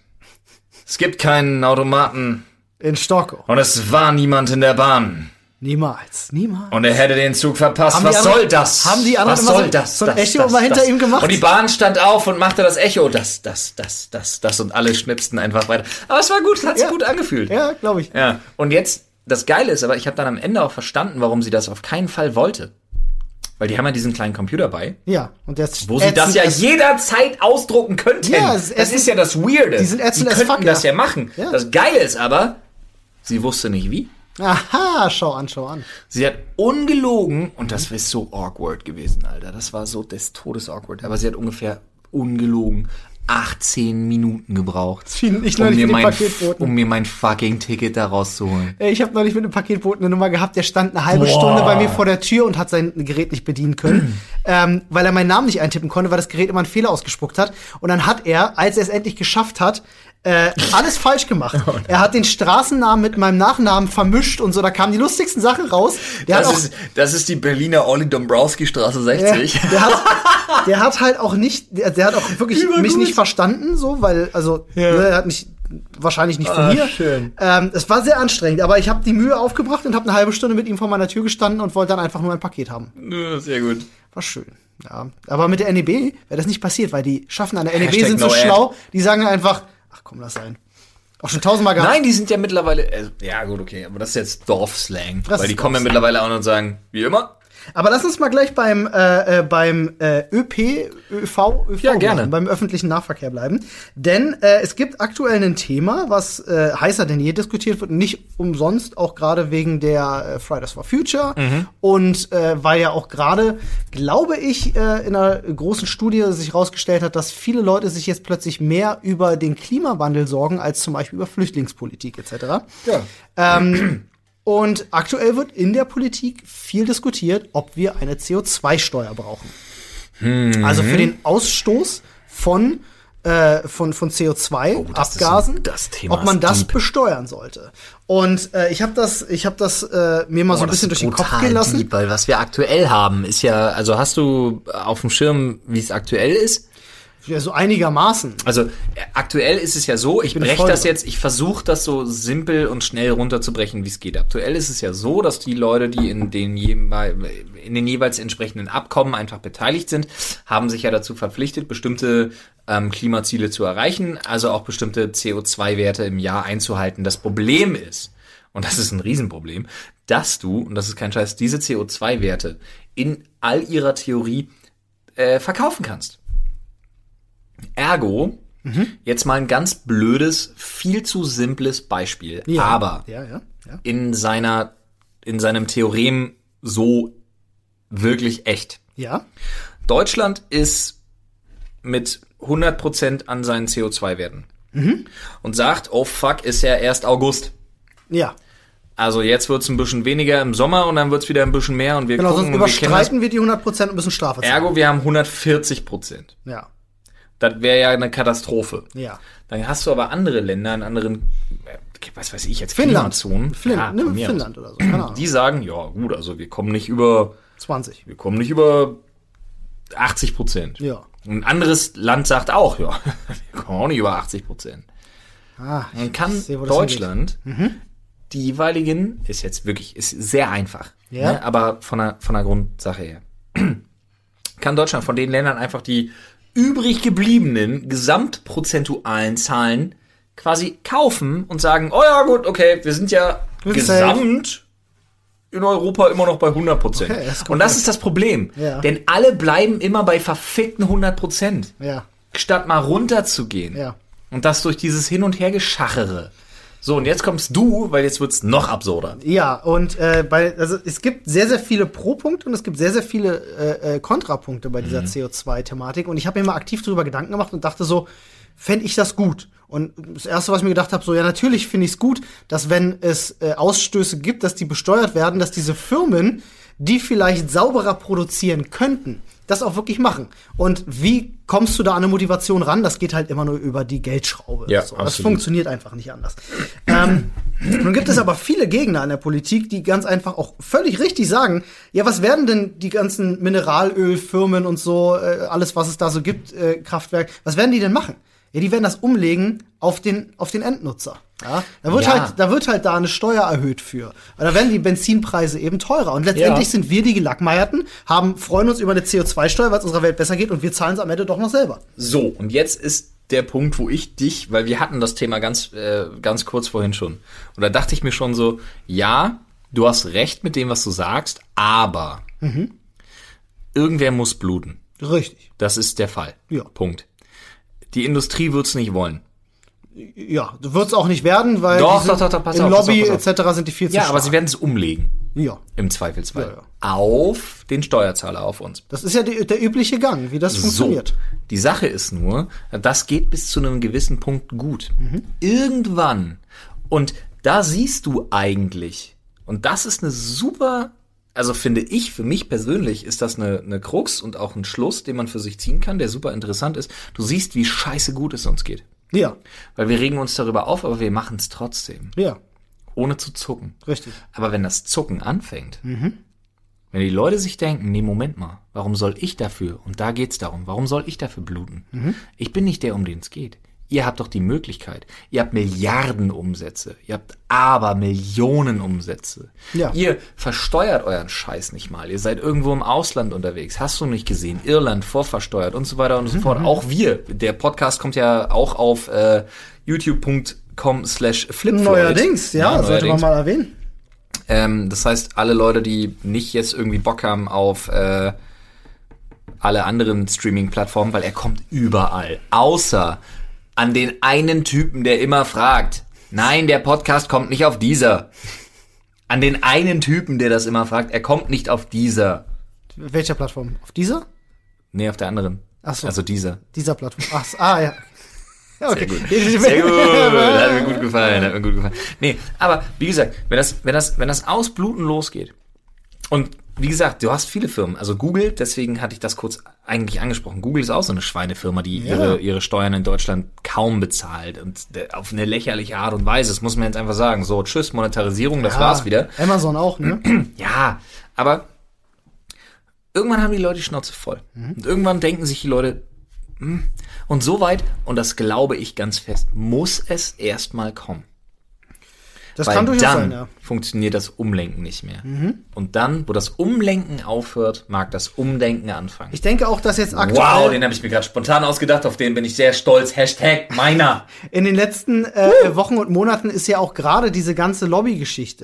Es gibt keinen Automaten. In Storkow. Und es war niemand in der Bahn. Niemals, niemals. Und er hätte den Zug verpasst. Haben Was die anderen- soll das? haben die anderen Was immer soll so- das? so ein das, Echo das, mal hinter das. ihm gemacht? Und die Bahn stand auf und machte das Echo. Das, das, das, das, das, das. Und alle schnipsten einfach weiter. Aber es war gut, es hat sich Ja. gut angefühlt. Ja, glaube ich. Ja. Und jetzt, das Geile ist, aber ich habe dann am Ende auch verstanden, warum sie das auf keinen Fall wollte. Weil die haben ja diesen kleinen Computer bei, Ja, und der ist wo sie das ja jederzeit ausdrucken könnten. Ja, es ist das ätzend. ist ja das Weirde. Die sind ätzend die as könnten fuck, das ja. ja machen. Ja. Das Geile ist aber, sie wusste nicht wie. Aha, schau an, schau an. Sie hat ungelogen, und das ist so awkward gewesen, Alter. Das war so des Todes awkward. Aber sie hat ungefähr ungelogen achtzehn Minuten gebraucht, Ich um neulich mir, mit dem mein, Paketboten. um mir mein fucking Ticket da rauszuholen. Ey, Ich habe neulich mit einem Paketboten eine Nummer gehabt, der stand eine halbe Boah. Stunde bei mir vor der Tür und hat sein Gerät nicht bedienen können, ähm, weil er meinen Namen nicht eintippen konnte, weil das Gerät immer einen Fehler ausgespuckt hat. Und dann hat er, als er es endlich geschafft hat, äh, alles falsch gemacht. Oh Er hat den Straßennamen mit meinem Nachnamen vermischt und so, da kamen die lustigsten Sachen raus. Der Das hat auch, ist, das ist die Berliner Olli Dombrowski Straße sechzig. Der, der, hat, der hat halt auch nicht, der, der hat auch wirklich Übergut. mich nicht verstanden, so, weil, also, Ja. ne, er hat mich wahrscheinlich nicht von Ah, mir. schön. Ähm, es war sehr anstrengend, aber ich habe die Mühe aufgebracht und habe eine halbe Stunde mit ihm vor meiner Tür gestanden und wollte dann einfach nur ein Paket haben. Ja, sehr gut. War schön. Ja. Aber mit der N E B wäre das nicht passiert, weil die Schaffen an der N E B Hashtag sind so no ad. schlau, die sagen dann einfach, ach komm, lass sein. Auch schon tausendmal gehabt. Nein, die sind ja mittlerweile, äh, ja gut, okay, aber das ist jetzt Dorfslang. Das Weil die ist kommen ja Dorfslang. mittlerweile auch und sagen, wie immer. Aber lass uns mal gleich beim äh, äh, beim äh, ÖP, ÖV, ÖV Ja, gerne. bleiben, beim öffentlichen Nahverkehr bleiben. Denn äh, es gibt aktuell ein Thema, was äh, heißer denn je diskutiert wird, nicht umsonst, auch gerade wegen der äh, Fridays for Future. Mhm. Und äh, weil ja auch gerade, glaube ich, äh, in einer großen Studie sich rausgestellt hat, dass viele Leute sich jetzt plötzlich mehr über den Klimawandel sorgen, als zum Beispiel über Flüchtlingspolitik et cetera. Ja. Ähm, und aktuell wird in der Politik viel diskutiert, ob wir eine C O zwei Steuer brauchen. Hm. Also für den Ausstoß von, äh, von, von C O zwei Oh, das ist Abgasen, ein- das Thema ob man ist das deep. besteuern sollte. Und äh, ich habe das, ich habe das äh, mir mal so ein bisschen durch den Kopf gehen lassen. Deep, weil was wir aktuell haben, ist ja, also hast du auf dem Schirm, wie es aktuell ist? Ja, so einigermaßen. Also äh, aktuell ist es ja so, ich bin breche voll das drin. jetzt, ich versuche das so simpel und schnell runterzubrechen, wie es geht. Aktuell ist es ja so, dass die Leute, die in den, jeweil, in den jeweils entsprechenden Abkommen einfach beteiligt sind, haben sich ja dazu verpflichtet, bestimmte ähm, Klimaziele zu erreichen, also auch bestimmte C O zwei Werte im Jahr einzuhalten. Das Problem ist, und das ist ein Riesenproblem, dass du, und das ist kein Scheiß, diese C O zwei Werte in all ihrer Theorie äh, verkaufen kannst. Ergo, jetzt mal ein ganz blödes, viel zu simples Beispiel, Ja. aber Ja, ja, ja. in seiner, in seinem Theorem so wirklich echt. Ja. Deutschland ist mit hundert Prozent an seinen C O zwei Werten und sagt, oh fuck, ist ja erst August. Ja. Also jetzt wird's ein bisschen weniger im Sommer und dann wird's wieder ein bisschen mehr und wir Genau, gucken sonst und wir kennen überstreiten wir die hundert Prozent und müssen Strafe das. zahlen. Ergo, wir haben hundertvierzig Prozent. Ja. Das wäre ja eine Katastrophe. Ja. Dann hast du aber andere Länder in anderen, äh, was weiß ich jetzt, Finnland. Klimazonen. Flin- Ja, nimm von mir Finnland aus. oder so, keine Ahnung. Die sagen, ja gut, also wir kommen nicht über, zwanzig. wir kommen nicht über achtzig Prozent. Ja. Ein anderes Land sagt auch, ja, wir kommen auch nicht über achtzig Prozent. Ah, Dann kann sehe, wo das Deutschland die jeweiligen, ist jetzt wirklich, ist sehr einfach, Ja. ne, aber von der, von der Grundsache her, kann Deutschland von den Ländern einfach die übrig gebliebenen gesamtprozentualen Zahlen quasi kaufen und sagen, oh ja gut, okay, wir sind ja Good gesamt in Europa immer noch bei hundert Prozent. Okay, das ist und das ist das Problem, Ja. denn alle bleiben immer bei verfickten hundert Prozent, Ja. statt mal runterzugehen. Ja. Und das durch dieses Hin- und Hergeschachere. So, und jetzt kommst du, weil jetzt wird's noch absurder. Ja, und äh, bei, also es gibt sehr, sehr viele Pro-Punkte und es gibt sehr, sehr viele äh, äh, Kontrapunkte bei dieser C O zwei Thematik. Und ich habe mir mal aktiv darüber Gedanken gemacht und dachte so, fände ich das gut? Und das Erste, was ich mir gedacht habe, so, ja, natürlich finde ich es gut, dass wenn es äh, Ausstöße gibt, dass die besteuert werden, dass diese Firmen, die vielleicht sauberer produzieren könnten, das auch wirklich machen. Und wie kommst du da an eine Motivation ran? Das geht halt immer nur über die Geldschraube. Ja, so. Das absolut. funktioniert einfach nicht anders. ähm, nun gibt es aber viele Gegner an der Politik, die ganz einfach auch völlig richtig sagen, ja, was werden denn die ganzen Mineralölfirmen und so, äh, alles, was es da so gibt, äh, Kraftwerk, was werden die denn machen? Ja, die werden das umlegen auf den, auf den Endnutzer. Ja, da wird Ja. halt, da wird halt da eine Steuer erhöht für. Und da werden die Benzinpreise eben teurer. Und letztendlich Ja. sind wir die Gelackmeierten, haben, freuen uns über eine C O zwei Steuer, weil es unserer Welt besser geht und wir zahlen es am Ende doch noch selber. So, und jetzt ist der Punkt, wo ich dich, weil wir hatten das Thema ganz, äh, ganz kurz vorhin schon. Und da dachte ich mir schon so, ja, du hast recht mit dem, was du sagst, aber irgendwer muss bluten. Richtig. Das ist der Fall. Ja. Punkt. Die Industrie wird's nicht wollen. Ja, wird es auch nicht werden, weil Doch, die sind doch, doch, doch, pass im auf, pass Lobby auf, pass et auf. cetera sind die viel zu Ja, stark. aber sie werden es umlegen. Ja, Im Zweifelsfall. Ja, ja. Auf den Steuerzahler, auf uns. das ist ja die, der übliche Gang, wie das funktioniert. So, die Sache ist nur, das geht bis zu einem gewissen Punkt gut. Irgendwann, und da siehst du eigentlich, und das ist eine super, also finde ich, für mich persönlich ist das eine, eine Krux und auch ein Schluss, den man für sich ziehen kann, der super interessant ist. Du siehst, wie scheiße gut es uns geht. Ja, Weil wir regen uns darüber auf, aber wir machen es trotzdem. ja, Ohne zu zucken. richtig. Aber wenn das Zucken anfängt, wenn die Leute sich denken, nee, Moment mal, warum soll ich dafür, und da geht's darum, warum soll ich dafür bluten? Ich bin nicht der, um den es geht. Ihr habt doch die Möglichkeit. Ihr habt Milliarden Umsätze. Ihr habt aber Millionen Umsätze. Ja. Ihr versteuert euren Scheiß nicht mal. Ihr seid irgendwo im Ausland unterwegs. Hast du nicht gesehen? Irland vorversteuert und so weiter und so fort. Auch wir. Der Podcast kommt ja auch auf äh, youtube punkt com slash flipfloyd. Neuerdings, ja, sollte man mal erwähnen. Ähm, das heißt, alle Leute, die nicht jetzt irgendwie Bock haben auf äh, alle anderen Streaming-Plattformen, weil er kommt überall. Außer an den einen Typen, der immer fragt. Nein, der Podcast kommt nicht auf dieser. An den einen Typen, der das immer fragt. Er kommt nicht auf dieser. Welcher Plattform? Auf dieser? Nee, auf der anderen. Ach so. Also dieser. Dieser Plattform. Ach, so, ah, ja. Ja, okay. Sehr gut. Hat mir gut gefallen. Hat mir gut gefallen. Nee, aber wie gesagt, wenn das, wenn das, wenn das Ausbluten losgeht, und wie gesagt, du hast viele Firmen, also Google, deswegen hatte ich das kurz eigentlich angesprochen. Google ist auch so eine Schweinefirma, die Ja. ihre, ihre Steuern in Deutschland kaum bezahlt und auf eine lächerliche Art und Weise. Das muss man jetzt einfach sagen. So, tschüss, Monetarisierung, das Ja, war's wieder. Amazon auch, ne? Ja, aber irgendwann haben die Leute die Schnauze voll. Und irgendwann denken sich die Leute, hm, und so weit, und das glaube ich ganz fest, muss es erstmal kommen. Das Weil kann durchaus dann sein, ja. funktioniert das Umlenken nicht mehr. Und dann, wo das Umlenken aufhört, mag das Umdenken anfangen. Ich denke auch, dass jetzt aktuell Wow, den habe ich mir gerade spontan ausgedacht, auf den bin ich sehr stolz. Hashtag meiner. in den letzten äh, Wochen und Monaten ist ja auch gerade diese ganze Lobbygeschichte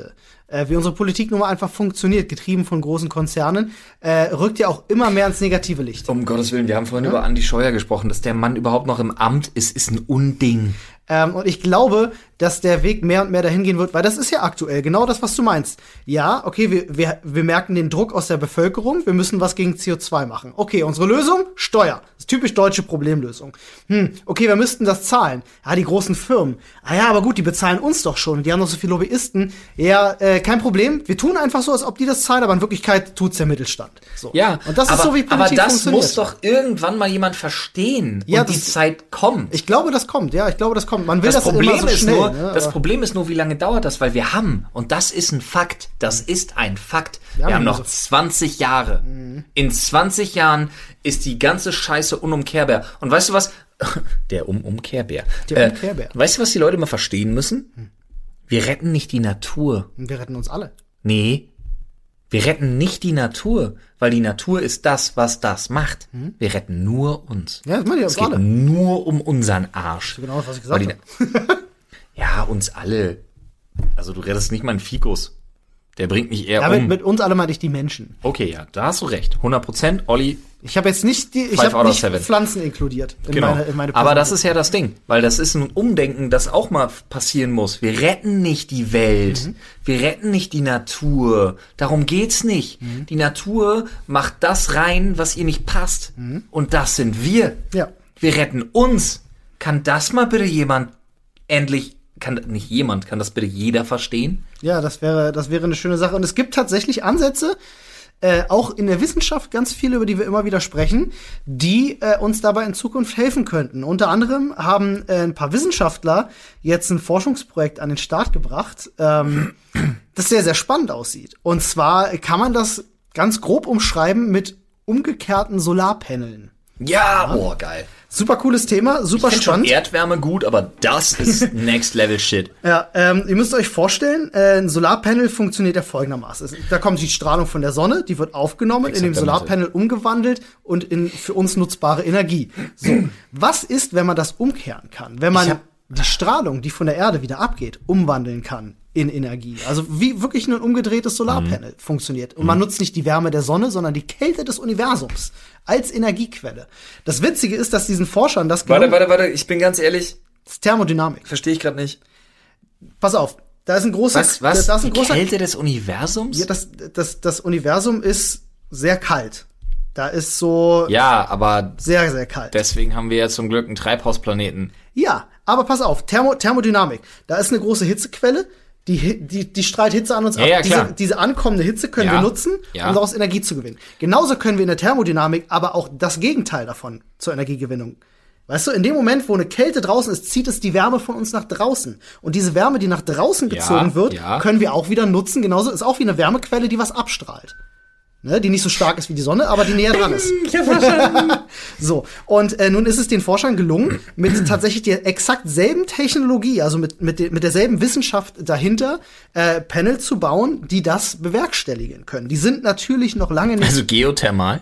äh, wie unsere Politik nun mal einfach funktioniert, getrieben von großen Konzernen, äh, rückt ja auch immer mehr ins negative Licht. Um Gottes Willen, wir haben vorhin ja? über Andi Scheuer gesprochen, dass der Mann überhaupt noch im Amt ist, ist ein Unding. Ähm, und ich glaube, dass der Weg mehr und mehr dahin gehen wird, weil das ist ja aktuell genau das, was du meinst. Ja, okay, wir, wir, wir merken den Druck aus der Bevölkerung, wir müssen was gegen C O zwei machen. Okay, unsere Lösung? Steuer. Das ist typisch deutsche Problemlösung. Hm, okay, wir müssten das zahlen. Ja, die großen Firmen. Ah ja, aber gut, die bezahlen uns doch schon. Die haben doch so viele Lobbyisten. Ja, äh, kein Problem. Wir tun einfach so, als ob die das zahlen, aber in Wirklichkeit tut's der Mittelstand. So. Ja, und das aber, ist so, wie Politik aber das funktioniert. muss doch irgendwann mal jemand verstehen. Ja, und die Zeit kommt. Ich glaube, das kommt. Ja, ich glaube, das kommt. Man will das, das Problem immer so ist schnell. nur, ne? das Problem ist nur, wie lange dauert das? Weil wir haben, und das ist ein Fakt, das ist ein Fakt. Wir, wir haben noch zwanzig Jahre. Mhm. In zwanzig Jahren ist die ganze Scheiße unumkehrbar. Und weißt du was? Der um Umkehrbär. Der äh, Umkehrbär. Weißt du, was die Leute immer verstehen müssen? Wir retten nicht die Natur. Wir retten uns alle. Nee. Wir retten nicht die Natur, weil die Natur ist das, was das macht. Hm? Wir retten nur uns. Ja, das meine ich es geht alle. nur um unseren Arsch. Das ist genau, was ich gesagt habe. Ja, uns alle. Also du rettest nicht mal einen Fikus. Der bringt mich eher ja, um. Mit, mit uns alle meine ich die Menschen. Okay, ja, da hast du recht. hundert Prozent, Olli. Ich habe jetzt nicht die, ich habe nicht Pflanzen inkludiert in genau. meine, in meine Aber das ist ja das Ding, weil das ist ein Umdenken, das auch mal passieren muss. Wir retten nicht die Welt, mhm. wir retten nicht die Natur. Darum geht's nicht. Mhm. Die Natur macht das rein, was ihr nicht passt. Mhm. Und das sind wir. Ja. Wir retten uns. Kann das mal bitte jemand endlich, kann nicht jemand, kann das bitte jeder verstehen? Ja, das wäre, das wäre eine schöne Sache. Und es gibt tatsächlich Ansätze, Äh, auch in der Wissenschaft ganz viele, über die wir immer wieder sprechen, die äh, uns dabei in Zukunft helfen könnten. Unter anderem haben äh, ein paar Wissenschaftler jetzt ein Forschungsprojekt an den Start gebracht, ähm, das sehr, sehr spannend aussieht. Und zwar kann man das ganz grob umschreiben mit umgekehrten Solarpanelen. Ja, ja. Oh, geil. Super cooles Thema, super ich spannend. Schon Erdwärme gut, aber das ist Next Level Shit. Ja, ähm, ihr müsst euch vorstellen, äh, ein Solarpanel funktioniert ja folgendermaßen. Da kommt die Strahlung von der Sonne, die wird aufgenommen, Exakt in dem Solarpanel umgewandelt und in für uns nutzbare Energie. So, was ist, wenn man das umkehren kann? Wenn man die Strahlung, die von der Erde wieder abgeht, umwandeln kann in Energie. Also wie wirklich ein umgedrehtes Solarpanel mhm. funktioniert. Und man mhm. nutzt nicht die Wärme der Sonne, sondern die Kälte des Universums als Energiequelle. Das Witzige ist, dass diesen Forschern das Warte, warte, warte, ich bin ganz ehrlich. Das ist Thermodynamik. Verstehe ich gerade nicht. Pass auf, da ist ein großer... Was, was? Da ist ein die großer, Kälte des Universums? Ja, das, das, das Universum ist sehr kalt. Da ist so... Ja, aber... Sehr, sehr kalt. Deswegen haben wir ja zum Glück einen Treibhausplaneten. Ja, aber pass auf, Thermo, Thermodynamik. Da ist eine große Hitzequelle, die, die, die strahlt Hitze an uns ja, ab. Ja, diese, diese ankommende Hitze können ja. wir nutzen, ja. um daraus Energie zu gewinnen. Genauso können wir in der Thermodynamik aber auch das Gegenteil davon zur Energiegewinnung. Weißt du, in dem Moment, wo eine Kälte draußen ist, zieht es die Wärme von uns nach draußen. Und diese Wärme, die nach draußen gezogen ja, wird, ja. können wir auch wieder nutzen. Genauso ist auch wie eine Wärmequelle, die was abstrahlt. Ne, die nicht so stark ist wie die Sonne, aber die näher dran ist. Ich hab verstanden. So, und äh, nun ist es den Forschern gelungen, mit tatsächlich der exakt selben Technologie, also mit mit, de, mit derselben Wissenschaft dahinter, äh, Panel zu bauen, die das bewerkstelligen können. Die sind natürlich noch lange nicht... Also geothermal?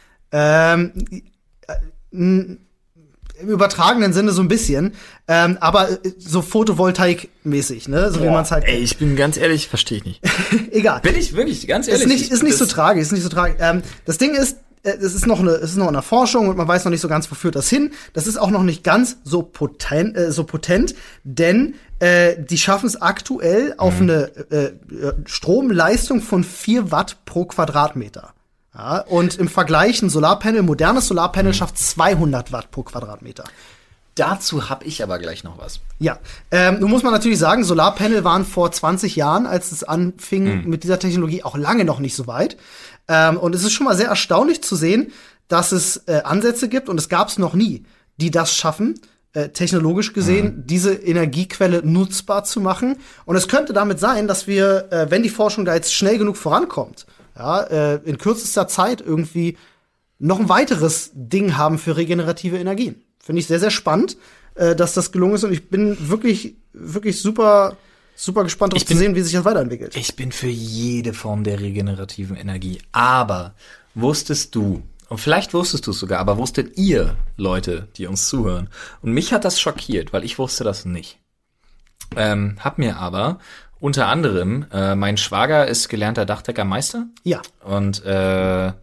Ähm, äh, n- im übertragenen Sinne so ein bisschen, ähm, aber so Photovoltaik-mäßig, ne, so Boah, wie man es halt. Ey, ich bin ganz ehrlich, verstehe ich nicht. Egal. Bin ich wirklich ganz ehrlich? Ist nicht, ist nicht so tragisch, ist nicht so tragisch. Ähm, das Ding ist, äh, es ist noch eine, es ist noch in der Forschung und man weiß noch nicht so ganz, wo führt das hin. Das ist auch noch nicht ganz so potent, äh, so potent, denn äh, die schaffen es aktuell auf mhm. eine äh, Stromleistung von vier Watt pro Quadratmeter. Ja, und im Vergleich ein Solarpanel, modernes Solarpanel, schafft zweihundert Watt pro Quadratmeter. Dazu habe ich aber gleich noch was. Ja, ähm, nun muss man natürlich sagen, Solarpanel waren vor zwanzig Jahren, als es anfing mhm. mit dieser Technologie, auch lange noch nicht so weit. Ähm, und es ist schon mal sehr erstaunlich zu sehen, dass es äh, Ansätze gibt, und es gab es noch nie, die das schaffen, äh, technologisch gesehen, mhm. diese Energiequelle nutzbar zu machen. Und es könnte damit sein, dass wir, äh, wenn die Forschung da jetzt schnell genug vorankommt, ja, äh, in kürzester Zeit irgendwie noch ein weiteres Ding haben für regenerative Energien. Finde ich sehr, sehr spannend, äh, dass das gelungen ist. Und ich bin wirklich, wirklich super, super gespannt, darauf zu sehen, wie sich das weiterentwickelt. Ich bin für jede Form der regenerativen Energie. Aber wusstest du, und vielleicht wusstest du es sogar, aber wusstet ihr, Leute, die uns zuhören, und mich hat das schockiert, weil ich wusste das nicht. Ähm, hab mir aber Unter anderem, äh, mein Schwager ist gelernter Dachdeckermeister. Ja. Und äh, äh,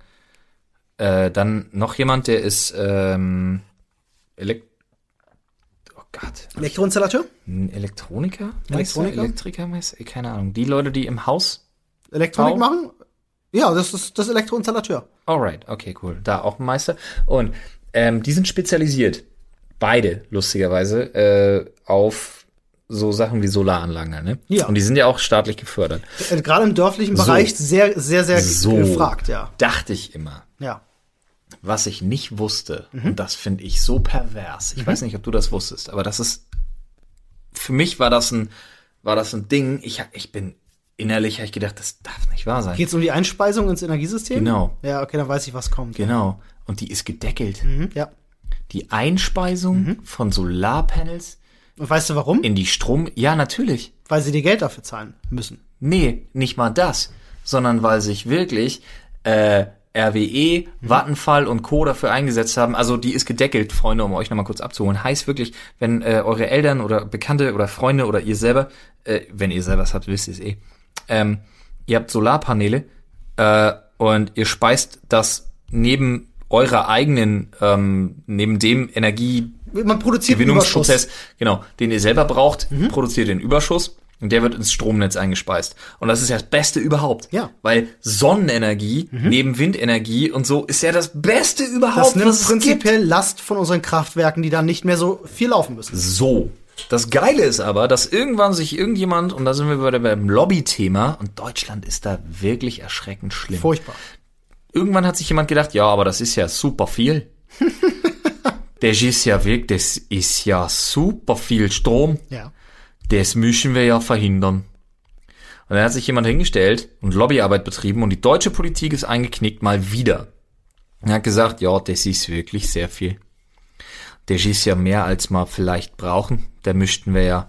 dann noch jemand, der ist ähm, Elekt oh Gott. Elektroinstallateur? Ein Elektroniker? Elektroniker? Elektriker? Keine Ahnung. Die Leute, die im Haus Elektronik Bau? machen? Ja, das ist das ist Elektroinstallateur. Alright, okay, cool. Da auch ein Meister. Und ähm, die sind spezialisiert, beide lustigerweise, äh, auf so Sachen wie Solaranlagen, ne? Ja. Und die sind ja auch staatlich gefördert. Äh, Gerade im dörflichen So. Bereich sehr, sehr, sehr So gefragt, ja. dachte ich immer. Ja. Was ich nicht wusste, Mhm. und das finde ich so pervers. Ich mhm. weiß nicht, ob du das wusstest, aber das ist, für mich war das ein, war das ein Ding. Ich, ich bin innerlich, habe ich gedacht, das darf nicht wahr sein. Geht's um die Einspeisung ins Energiesystem? Genau. Ja, okay, dann weiß ich, was kommt. Genau. Und die ist gedeckelt. Mhm, ja. Die Einspeisung Mhm. von Solarpanels Und weißt du warum? in die Strom, ja, natürlich. Weil sie dir Geld dafür zahlen müssen. Nee, nicht mal das, sondern weil sich wirklich äh, R W E, mhm. Vattenfall und Co. dafür eingesetzt haben. Also die ist gedeckelt, Freunde, um euch nochmal kurz abzuholen. Heißt wirklich, wenn äh, eure Eltern oder Bekannte oder Freunde oder ihr selber, äh, wenn ihr selber was habt, wisst ihr es eh, ähm, ihr habt Solarpaneele äh, und ihr speist das neben eurer eigenen, ähm, neben dem Energie Man produziert Gewinnungsprozess, genau, den ihr selber braucht, Mhm. produziert den Überschuss und der wird ins Stromnetz eingespeist. Und das ist ja das Beste überhaupt. Ja. Weil Sonnenenergie neben Windenergie und so ist ja das Beste überhaupt, Das nimmt was es prinzipiell Last von unseren Kraftwerken, die dann nicht mehr so viel laufen müssen. gibt. So. Das Geile ist aber, dass irgendwann sich irgendjemand, und da sind wir wieder beim Lobby-Thema, und Deutschland ist da wirklich erschreckend schlimm. Furchtbar. Irgendwann hat sich jemand gedacht, ja, aber das ist ja super viel. Das ist ja wirklich, das ist ja super viel Strom. Ja. Das müssen wir ja verhindern. Und dann hat sich jemand hingestellt und Lobbyarbeit betrieben und die deutsche Politik ist eingeknickt mal wieder. Er hat gesagt, ja, das ist wirklich sehr viel. Das ist ja mehr, als wir vielleicht brauchen. Da müssten wir ja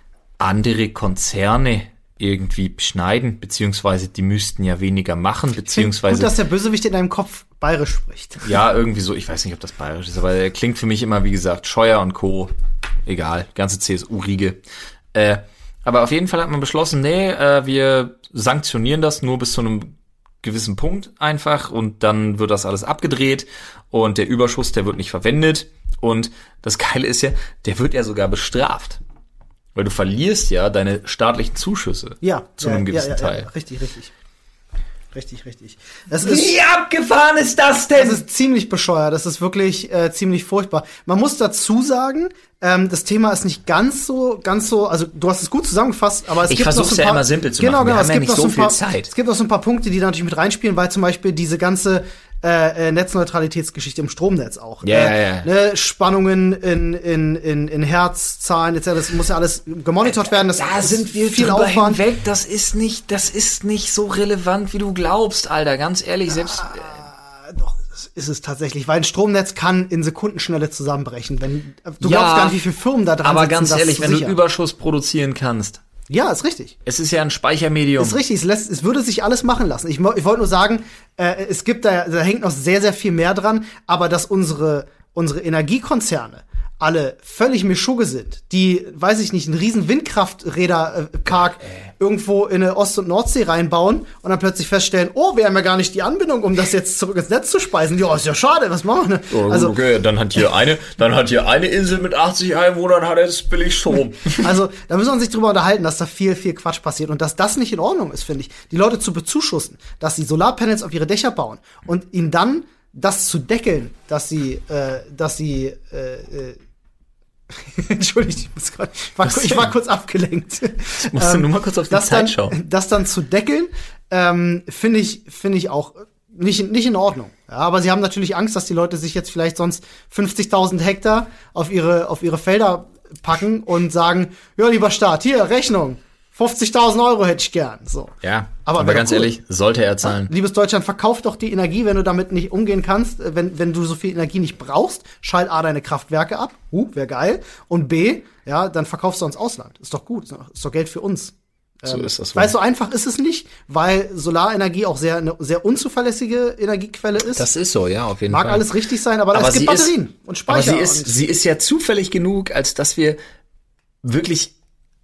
andere Konzerne irgendwie beschneiden, beziehungsweise die müssten ja weniger machen, beziehungsweise... Gut, dass der Bösewicht in deinem Kopf bayerisch spricht. Ja, irgendwie so, ich weiß nicht, ob das bayerisch ist, aber er klingt für mich immer, wie gesagt, Scheuer und Co. Egal, ganze C S U-Riege. Äh, aber auf jeden Fall hat man beschlossen, nee, äh, wir sanktionieren das nur bis zu einem gewissen Punkt einfach und dann wird das alles abgedreht und der Überschuss, der wird nicht verwendet und das Geile ist ja, der wird ja sogar bestraft. Weil du verlierst ja deine staatlichen Zuschüsse Ja. zu ja, einem gewissen ja, ja, Teil. Ja, richtig, richtig. Richtig, richtig. Das ist, Wie abgefahren ist das denn? das ist ziemlich bescheuert. Das ist wirklich äh, ziemlich furchtbar. Man muss dazu sagen, ähm, das Thema ist nicht ganz so, ganz so, also du hast es gut zusammengefasst, aber es Ich gibt noch versuch's so ein ja paar, immer simpel zu genau, machen. Wir Genau, haben es ja gibt nicht noch so ein paar, viel Zeit. Es gibt auch so ein paar Punkte, die da natürlich mit reinspielen, weil zum Beispiel diese ganze äh, äh, Netzneutralitätsgeschichte im Stromnetz auch. Ja, äh, ja, ja. Ne, Spannungen in, in, in, in Herzzahlen et cetera. Das muss ja alles gemonitort werden. Das Da ist sind wir viel drüber Aufwand. hinweg. Das ist nicht, das ist nicht so relevant, wie du glaubst, Alter. Ganz ehrlich, selbst. Äh, Doch, das ist es tatsächlich, weil ein Stromnetz kann in Sekundenschnelle zusammenbrechen. Wenn du Ja, glaubst gar nicht, wie viele Firmen da dran aber sitzen, ganz das ehrlich, zu wenn sichern. du Überschuss produzieren kannst, Ja, ist richtig. es ist ja ein Speichermedium. Ist richtig. Es, lässt, es würde sich alles machen lassen. Ich, mo- ich wollte nur sagen, äh, es gibt da, da hängt noch sehr, sehr viel mehr dran, aber dass unsere, unsere Energiekonzerne alle völlig Mischugge sind, die, weiß ich nicht, einen riesen Windkrafträderpark irgendwo in eine Ost- und Nordsee reinbauen und dann plötzlich feststellen, oh, wir haben ja gar nicht die Anbindung, um das jetzt zurück ins Netz zu speisen. Ja, ist ja schade, was machen wir? Oh, Also, okay, dann hat hier eine, dann hat hier eine Insel mit achtzig Einwohnern hat jetzt billig Strom. Also, da müssen wir uns nicht drüber unterhalten, dass da viel, viel Quatsch passiert und dass das nicht in Ordnung ist, finde ich. Die Leute zu bezuschussen, dass sie Solarpanels auf ihre Dächer bauen und ihnen dann das zu deckeln, dass sie, äh, dass sie, äh, äh, Entschuldigt, ich, muss grad, ich, war, Was ich war kurz abgelenkt. Musst du nur mal kurz auf die das Zeit dann, schauen. Das dann zu deckeln, ähm, finde ich, finde ich auch nicht, nicht in Ordnung. Ja, aber sie haben natürlich Angst, dass die Leute sich jetzt vielleicht sonst fünfzigtausend Hektar auf ihre, auf ihre Felder packen und sagen, ja, lieber Staat, hier, Rechnung, fünfzigtausend Euro hätte ich gern. So. Ja, Aber aber, wäre ganz cool. ehrlich, sollte er zahlen. Liebes Deutschland, verkauf doch die Energie, wenn du damit nicht umgehen kannst. Äh, Wenn, wenn du so viel Energie nicht brauchst, schalt A, deine Kraftwerke ab. Uh, wäre geil. Und B, ja, dann verkaufst du ins Ausland. Ist doch gut. Ist doch, ist doch Geld für uns. So ist das. Weil so einfach ist es nicht, weil Solarenergie auch sehr, eine sehr unzuverlässige Energiequelle ist. Das ist so, ja, auf jeden Mag Fall. alles richtig sein, aber, Aber es gibt sie ist- Batterien und Speicher. Aber sie ist, und sie ist ja zufällig genug, als dass wir wirklich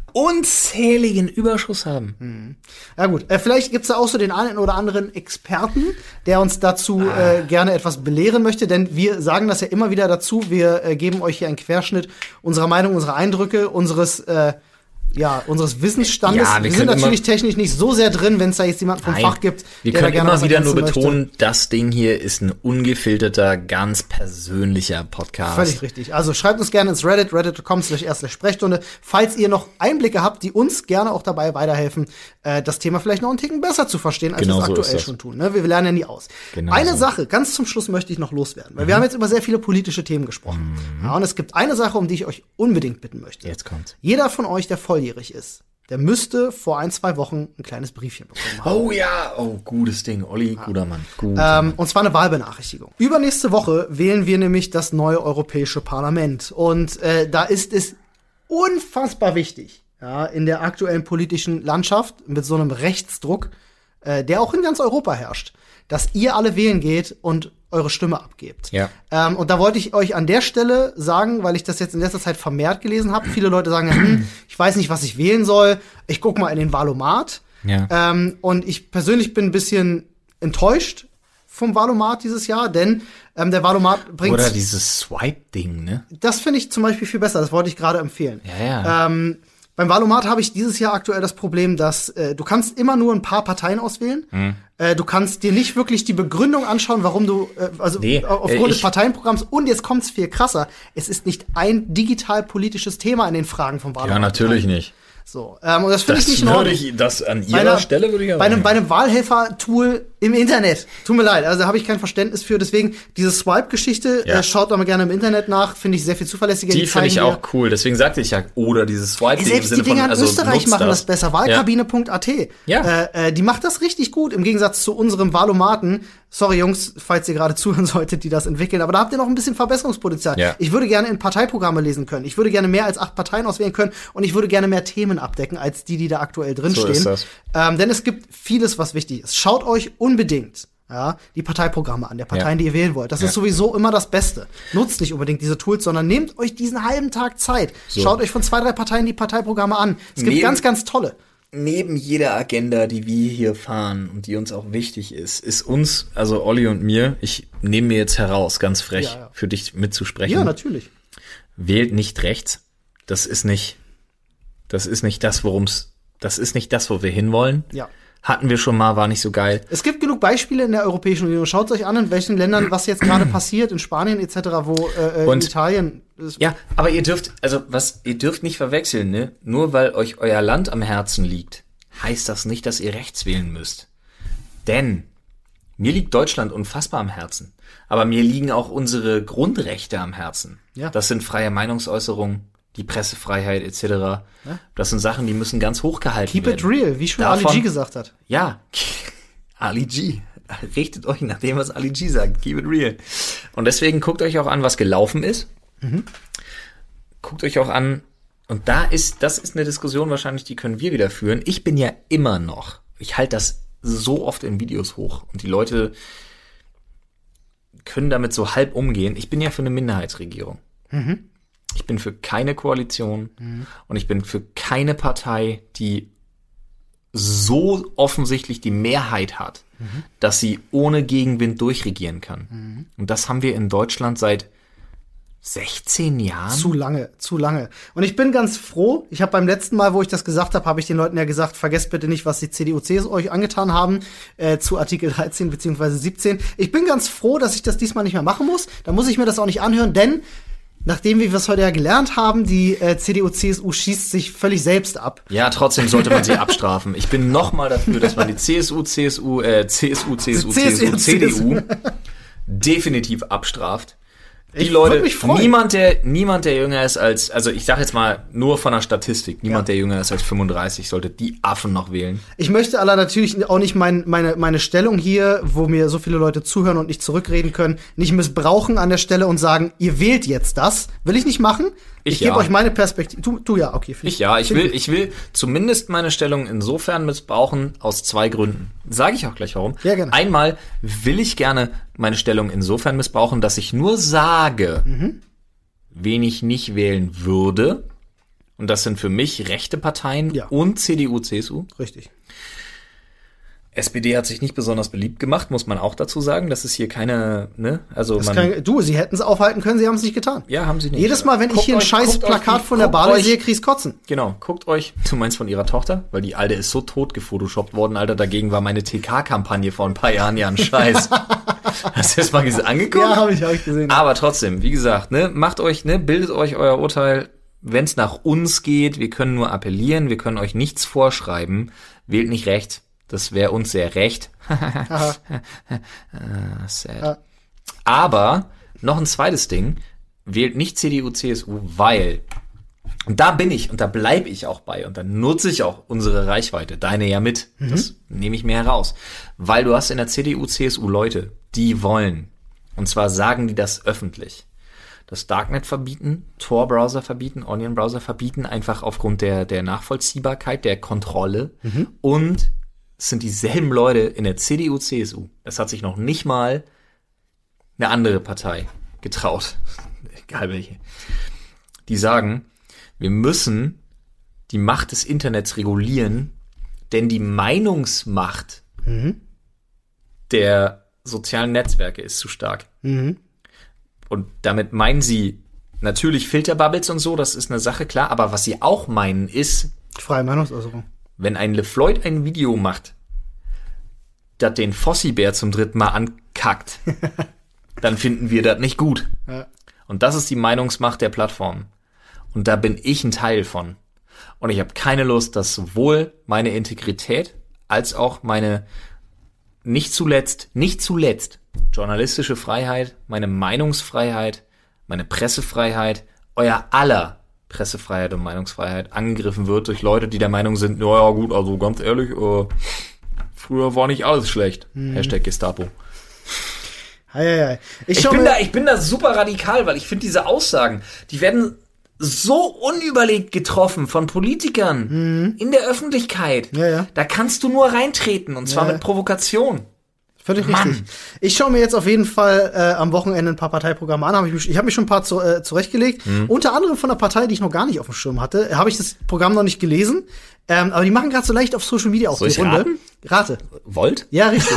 unzähligen Überschuss haben. Ja gut, äh, vielleicht gibt's da auch so den einen oder anderen Experten, der uns dazu äh, gerne etwas belehren möchte, denn wir sagen das ja immer wieder dazu, wir äh, geben euch hier einen Querschnitt unserer Meinung, unserer Eindrücke, unseres äh, ja, unseres Wissensstandes. Ja, wir wir sind können natürlich technisch nicht so sehr drin, wenn es da jetzt jemanden vom Nein, Fach gibt, wir der da können gerne immer was wieder nur ergänzen betonen, möchte. das Ding hier ist ein ungefilterter, ganz persönlicher Podcast. Völlig richtig. Also schreibt uns gerne ins Reddit, reddit punkt com slash erste Sprechstunde, falls ihr noch Einblicke habt, die uns gerne auch dabei weiterhelfen, äh, das Thema vielleicht noch einen Ticken besser zu verstehen, als Genau wir es so aktuell ist das. schon tun. Ne? Wir, wir lernen ja nie aus. Genau eine so. Sache, ganz zum Schluss möchte ich noch loswerden, weil wir haben jetzt über sehr viele politische Themen gesprochen. Mhm. Ja, und es gibt eine Sache, um die ich euch unbedingt bitten möchte. Jetzt kommt's. Jeder von euch, der volljährig ist, der müsste vor ein, zwei Wochen ein kleines Briefchen bekommen haben. Oh ja, oh, gutes Ding. Olli, guter Mann. Gut. Ähm, und zwar eine Wahlbenachrichtigung. Übernächste Woche wählen wir nämlich das neue Europäische Parlament. Und äh, da ist es unfassbar wichtig, ja, in der aktuellen politischen Landschaft mit so einem Rechtsdruck, äh, der auch in ganz Europa herrscht, dass ihr alle wählen geht und eure Stimme abgebt. Ja. Ähm, und da wollte ich euch an der Stelle sagen, weil ich das jetzt in letzter Zeit vermehrt gelesen habe, viele Leute sagen, hm, ich weiß nicht, was ich wählen soll, ich guck mal in den Wahlomat. Ja. Ähm, und ich persönlich bin ein bisschen enttäuscht vom Wahlomat dieses Jahr, denn ähm, der Wahlomat bringt. Oder dieses Swipe-Ding, ne? Das finde ich zum Beispiel viel besser, das wollte ich gerade empfehlen. Ja, ja. Ähm, beim Wahlomat habe ich dieses Jahr aktuell das Problem, dass äh, du kannst immer nur ein paar Parteien auswählen. Mhm. Äh, du kannst dir nicht wirklich die Begründung anschauen, warum du, äh, also Nee, aufgrund äh, ich- des Parteienprogramms. Und jetzt kommt's viel krasser. Es ist nicht ein digital-politisches Thema in den Fragen vom Wahlomat. Ja, natürlich nicht. So, ähm, und das finde ich Das nicht in würde Ordnung. ich, das an Bei ihrer einer- Stelle würde ich aber bei einem, sagen. bei einem Wahlhelfer-Tool im Internet. Tut mir leid, also da habe ich kein Verständnis für. Deswegen, diese Swipe-Geschichte, Ja. äh, schaut doch mal gerne im Internet nach, finde ich sehr viel zuverlässiger. Die finde ich zeigen auch dir- cool. Deswegen sagte ich ja, oder dieses Swipe-Ding im Selbst Sinne die Dinger von, in also Österreich nutzt machen das, besser. Wahlkabine Punkt a t. Ja. Äh, äh, die macht das richtig gut, im Gegensatz zu unserem Wahlomaten. Sorry, Jungs, falls ihr gerade zuhören solltet, die das entwickeln. Aber da habt ihr noch ein bisschen Verbesserungspotenzial. Ja. Ich würde gerne in Parteiprogramme lesen können. Ich würde gerne mehr als acht Parteien auswählen können. Und ich würde gerne mehr Themen abdecken, als die, die da aktuell drinstehen. So ist das. Ähm, denn es gibt vieles, was wichtig ist. Schaut euch unbedingt ja, die Parteiprogramme an, der Parteien, Ja. die ihr wählen wollt. Das Ja. ist sowieso immer das Beste. Nutzt nicht unbedingt diese Tools, sondern nehmt euch diesen halben Tag Zeit. So. Schaut euch von zwei, drei Parteien die Parteiprogramme an. Es gibt Neben- ganz, ganz tolle. Neben jeder Agenda, die wir hier fahren und die uns auch wichtig ist, ist uns, also Olli und mir, ich nehme mir jetzt heraus, ganz frech, Ja, ja. für dich mitzusprechen. Ja, natürlich. Wählt nicht rechts. Das ist nicht, das ist nicht das, worum's, das ist nicht das, wo wir hinwollen. Ja. Hatten wir schon mal, war nicht so geil. Es gibt genug Beispiele in der Europäischen Union. Schaut euch an, in welchen Ländern, was jetzt gerade passiert, in Spanien et cetera, wo äh, in Und- Italien. Ist, Ja, aber ihr dürft, also was, ihr dürft nicht verwechseln, ne? Nur weil euch euer Land am Herzen liegt, heißt das nicht, dass ihr rechts wählen müsst. Denn mir liegt Deutschland unfassbar am Herzen. Aber mir liegen auch unsere Grundrechte am Herzen. Ja. Das sind freie Meinungsäußerung, die Pressefreiheit et cetera. Ja. Das sind Sachen, die müssen ganz hochgehalten Keep werden. it real, wie schon Ali Davon- G gesagt hat. Ja, Ali G. Richtet euch nach dem, was Ali G sagt. Keep it real. Und deswegen guckt euch auch an, was gelaufen ist. Guckt euch auch an, und da ist, das ist eine Diskussion wahrscheinlich, die können wir wieder führen. Ich bin ja immer noch, ich halte das so oft in Videos hoch und die Leute können damit so halb umgehen. Ich bin ja für eine Minderheitsregierung. Ich bin für keine Koalition und ich bin für keine Partei, die so offensichtlich die Mehrheit hat, dass sie ohne Gegenwind durchregieren kann. Und das haben wir in Deutschland seit sechzehn Jahren. Zu lange, zu lange. Und ich bin ganz froh, ich habe beim letzten Mal, wo ich das gesagt habe, habe ich den Leuten ja gesagt, vergesst bitte nicht, was die C D U, C S U euch angetan haben, äh, zu Artikel dreizehn beziehungsweise siebzehn. Ich bin ganz froh, dass ich das diesmal nicht mehr machen muss. Da muss ich mir das auch nicht anhören, denn nachdem wir es heute ja gelernt haben, die äh, C D U, C S U schießt sich völlig selbst ab. Ja, trotzdem sollte man sie abstrafen. Ich bin noch mal dafür, dass man die C S U, C S U, äh, C S U, C S U, C S U, C D U definitiv abstraft. Die Ich Leute, würd mich freuen. niemand der, niemand der jünger ist als, also ich sag jetzt mal nur von der Statistik, niemand Ja. der jünger ist als fünfunddreißig sollte die Affen noch wählen. Ich möchte aber natürlich auch nicht mein, meine, meine Stellung hier, wo mir so viele Leute zuhören und nicht zurückreden können, nicht missbrauchen an der Stelle und sagen, ihr wählt jetzt das. Will ich nicht machen. Ich, Ich gebe ja. euch meine Perspektive. Du, du ja, okay. find Ich ja, ich find will, ich will zumindest meine Stellung insofern missbrauchen aus zwei Gründen. Sage ich auch gleich warum. Ja, gerne. Einmal will ich gerne meine Stellung insofern missbrauchen, dass ich nur sage, wen ich nicht wählen würde. Und das sind für mich rechte Parteien Ja. und C D U, C S U. Richtig. S P D hat sich nicht besonders beliebt gemacht, muss man auch dazu sagen. Das ist hier keine, ne? Also Das man, kann, du, sie hätten es aufhalten können, sie haben es nicht getan. ja, haben sie nicht. Jedes Mal, wenn Guckt ich hier ein euch- scheiß guckt euch Plakat die- von der guckt Bade euch- sehe, krieg's kotzen. Genau, guckt euch, du meinst von ihrer Tochter? Weil die Alte ist so tot gefotoshoppt worden, Alter, dagegen war meine T K-Kampagne vor ein paar Jahren ja ein Scheiß. Hast du das mal ges- angeguckt? Ja, habe ich, hab ich gesehen. Aber trotzdem, wie gesagt, ne, macht euch, ne, bildet euch euer Urteil, wenn es nach uns geht. Wir können nur appellieren, wir können euch nichts vorschreiben. Wählt nicht recht, das wäre uns sehr recht. Aha. Ah, sad. Ja. Aber noch ein zweites Ding, wählt nicht C D U, C S U, weil, und da bin ich und da bleibe ich auch bei und da nutze ich auch unsere Reichweite, deine ja mit, das nehme ich mir heraus, weil du hast in der C D U, C S U Leute, die wollen, und zwar sagen die das öffentlich, das Darknet verbieten, Tor-Browser verbieten, Onion-Browser verbieten, einfach aufgrund der, der Nachvollziehbarkeit, der Kontrolle. Und es sind dieselben Leute in der C D U, C S U. Das hat sich noch nicht mal eine andere Partei getraut. Egal welche. Die sagen, wir müssen die Macht des Internets regulieren, denn die Meinungsmacht der sozialen Netzwerke ist zu stark. Mhm. Und damit meinen sie natürlich Filterbubbles und so, das ist eine Sache, klar. Aber was sie auch meinen ist, Freie Meinungsäußerung. wenn ein LeFloid ein Video macht, das den Fossi-Bär zum dritten Mal ankackt, dann finden wir das nicht gut. Ja. Und das ist die Meinungsmacht der Plattform. Und da bin ich ein Teil von. Und ich habe keine Lust, dass sowohl meine Integrität als auch meine nicht zuletzt, nicht zuletzt journalistische Freiheit, meine Meinungsfreiheit, meine Pressefreiheit, euer aller Pressefreiheit und Meinungsfreiheit angegriffen wird durch Leute, die der Meinung sind, ja, ja gut, also ganz ehrlich, äh, früher war nicht alles schlecht. Hashtag Gestapo. Hei, hei, hei. Ich, Ich schau bin mir, da, ich bin da super radikal, weil ich finde diese Aussagen, die werden so unüberlegt getroffen von Politikern in der Öffentlichkeit. Ja, ja. Da kannst du nur reintreten und zwar Ja. mit Provokation. Völlig Mann. richtig. Ich schaue mir jetzt auf jeden Fall äh, am Wochenende ein paar Parteiprogramme an. Hab ich mich- ich habe mich schon ein paar zu, äh, zurechtgelegt. Mhm. Unter anderem von einer Partei, die ich noch gar nicht auf dem Schirm hatte. Habe ich das Programm noch nicht gelesen. Ähm, aber die machen gerade so leicht auf Social Media auch Soll die ich Runde. raten? Rate. Wollt? Ja, richtig.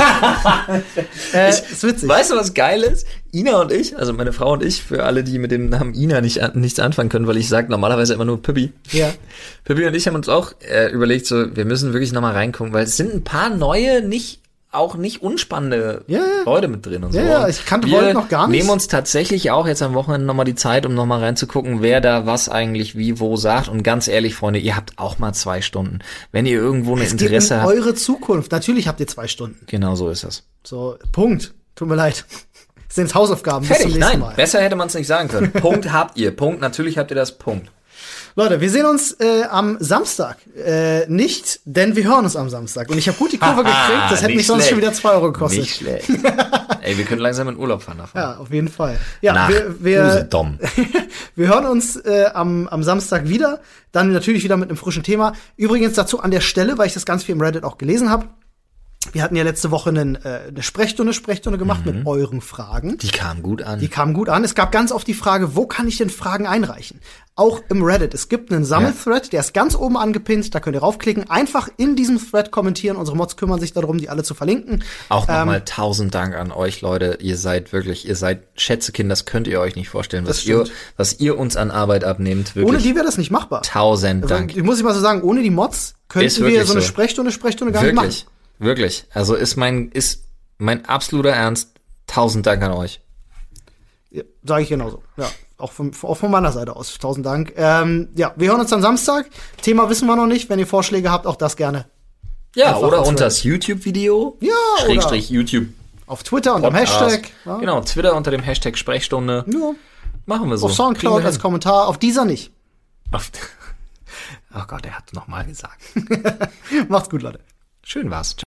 äh, ist witzig. Weißt du, was geil ist? Ina und ich, also meine Frau und ich, für alle, die mit dem Namen Ina nicht an, nichts anfangen können, weil ich sage normalerweise immer nur Pippi. Ja. Pippi und ich haben uns auch äh, überlegt, so, wir müssen wirklich nochmal reingucken, weil es sind ein paar neue, nicht auch nicht unspannende Ja, ja. Leute mit drin und so. Ja, ja, Und ich kannte wir Volt noch gar nicht. nehmen uns tatsächlich auch jetzt am Wochenende nochmal die Zeit, um nochmal reinzugucken, wer da was eigentlich wie wo sagt. Und ganz ehrlich, Freunde, ihr habt auch mal zwei Stunden. Wenn ihr irgendwo ein Es geht Interesse um habt. eure Zukunft. Natürlich habt ihr zwei Stunden. Genau so ist das. So, Punkt. Tut mir leid. Das sind jetzt Hausaufgaben. Bis Fertig, zum nächsten nein, Mal. besser hätte man es nicht sagen können. Punkt habt ihr. Punkt, natürlich habt ihr das. Punkt. Leute, wir sehen uns äh, am Samstag. Äh, nicht, denn wir hören uns am Samstag. Und ich habe gut die Kurve gekriegt. Das hätte Nicht mich sonst schlecht. schon wieder zwei Euro gekostet. Nicht schlecht. Ey, wir können langsam in Urlaub fahren davon. Ja, auf jeden Fall. Ja, Nach wir, wir, Usedom. wir hören uns äh, am, am Samstag wieder. Dann natürlich wieder mit einem frischen Thema. Übrigens dazu an der Stelle, weil ich das ganz viel im Reddit auch gelesen habe. Wir hatten ja letzte Woche einen, äh, eine Sprechstunde, Sprechstunde gemacht mit euren Fragen. Die kamen gut an. Die kamen gut an. Es gab ganz oft die Frage, wo kann ich denn Fragen einreichen? Auch im Reddit. Es gibt einen Sammelthread, der ist ganz oben angepinnt. Da könnt ihr raufklicken. Einfach in diesem Thread kommentieren. Unsere Mods kümmern sich darum, die alle zu verlinken. Auch nochmal Ähm, tausend Dank an euch, Leute. Ihr seid wirklich, ihr seid Schätzekind, das könnt ihr euch nicht vorstellen, Das was ihr, stimmt. was ihr uns an Arbeit abnehmt. Wirklich ohne die wäre das nicht machbar. tausend Dank. Ich muss ich mal so sagen, ohne die Mods könnten Ist wir wirklich so eine so. Sprechstunde, Sprechstunde gar nicht Wirklich, machen. wirklich. Also ist mein, ist mein absoluter Ernst. Tausend Dank an euch. Ja, sage ich genauso. Ja, auch von, auch von meiner Seite aus. Tausend Dank. Ähm, ja, wir hören uns dann Samstag. Thema wissen wir noch nicht. Wenn ihr Vorschläge habt, auch das gerne Ja, Einfach oder ins unter Reddit. das YouTube-Video. Ja, Schrägstrich YouTube. auf Twitter unter dem Podcast. Hashtag. Ja. Genau, Twitter unter dem Hashtag Sprechstunde. Ja. Machen wir so. Auf Kriegen Soundcloud wir als hin. Kommentar, auf dieser nicht. Auf- Oh Gott, er hat noch mal gesagt. Macht's gut, Leute. Schön war's. Ciao.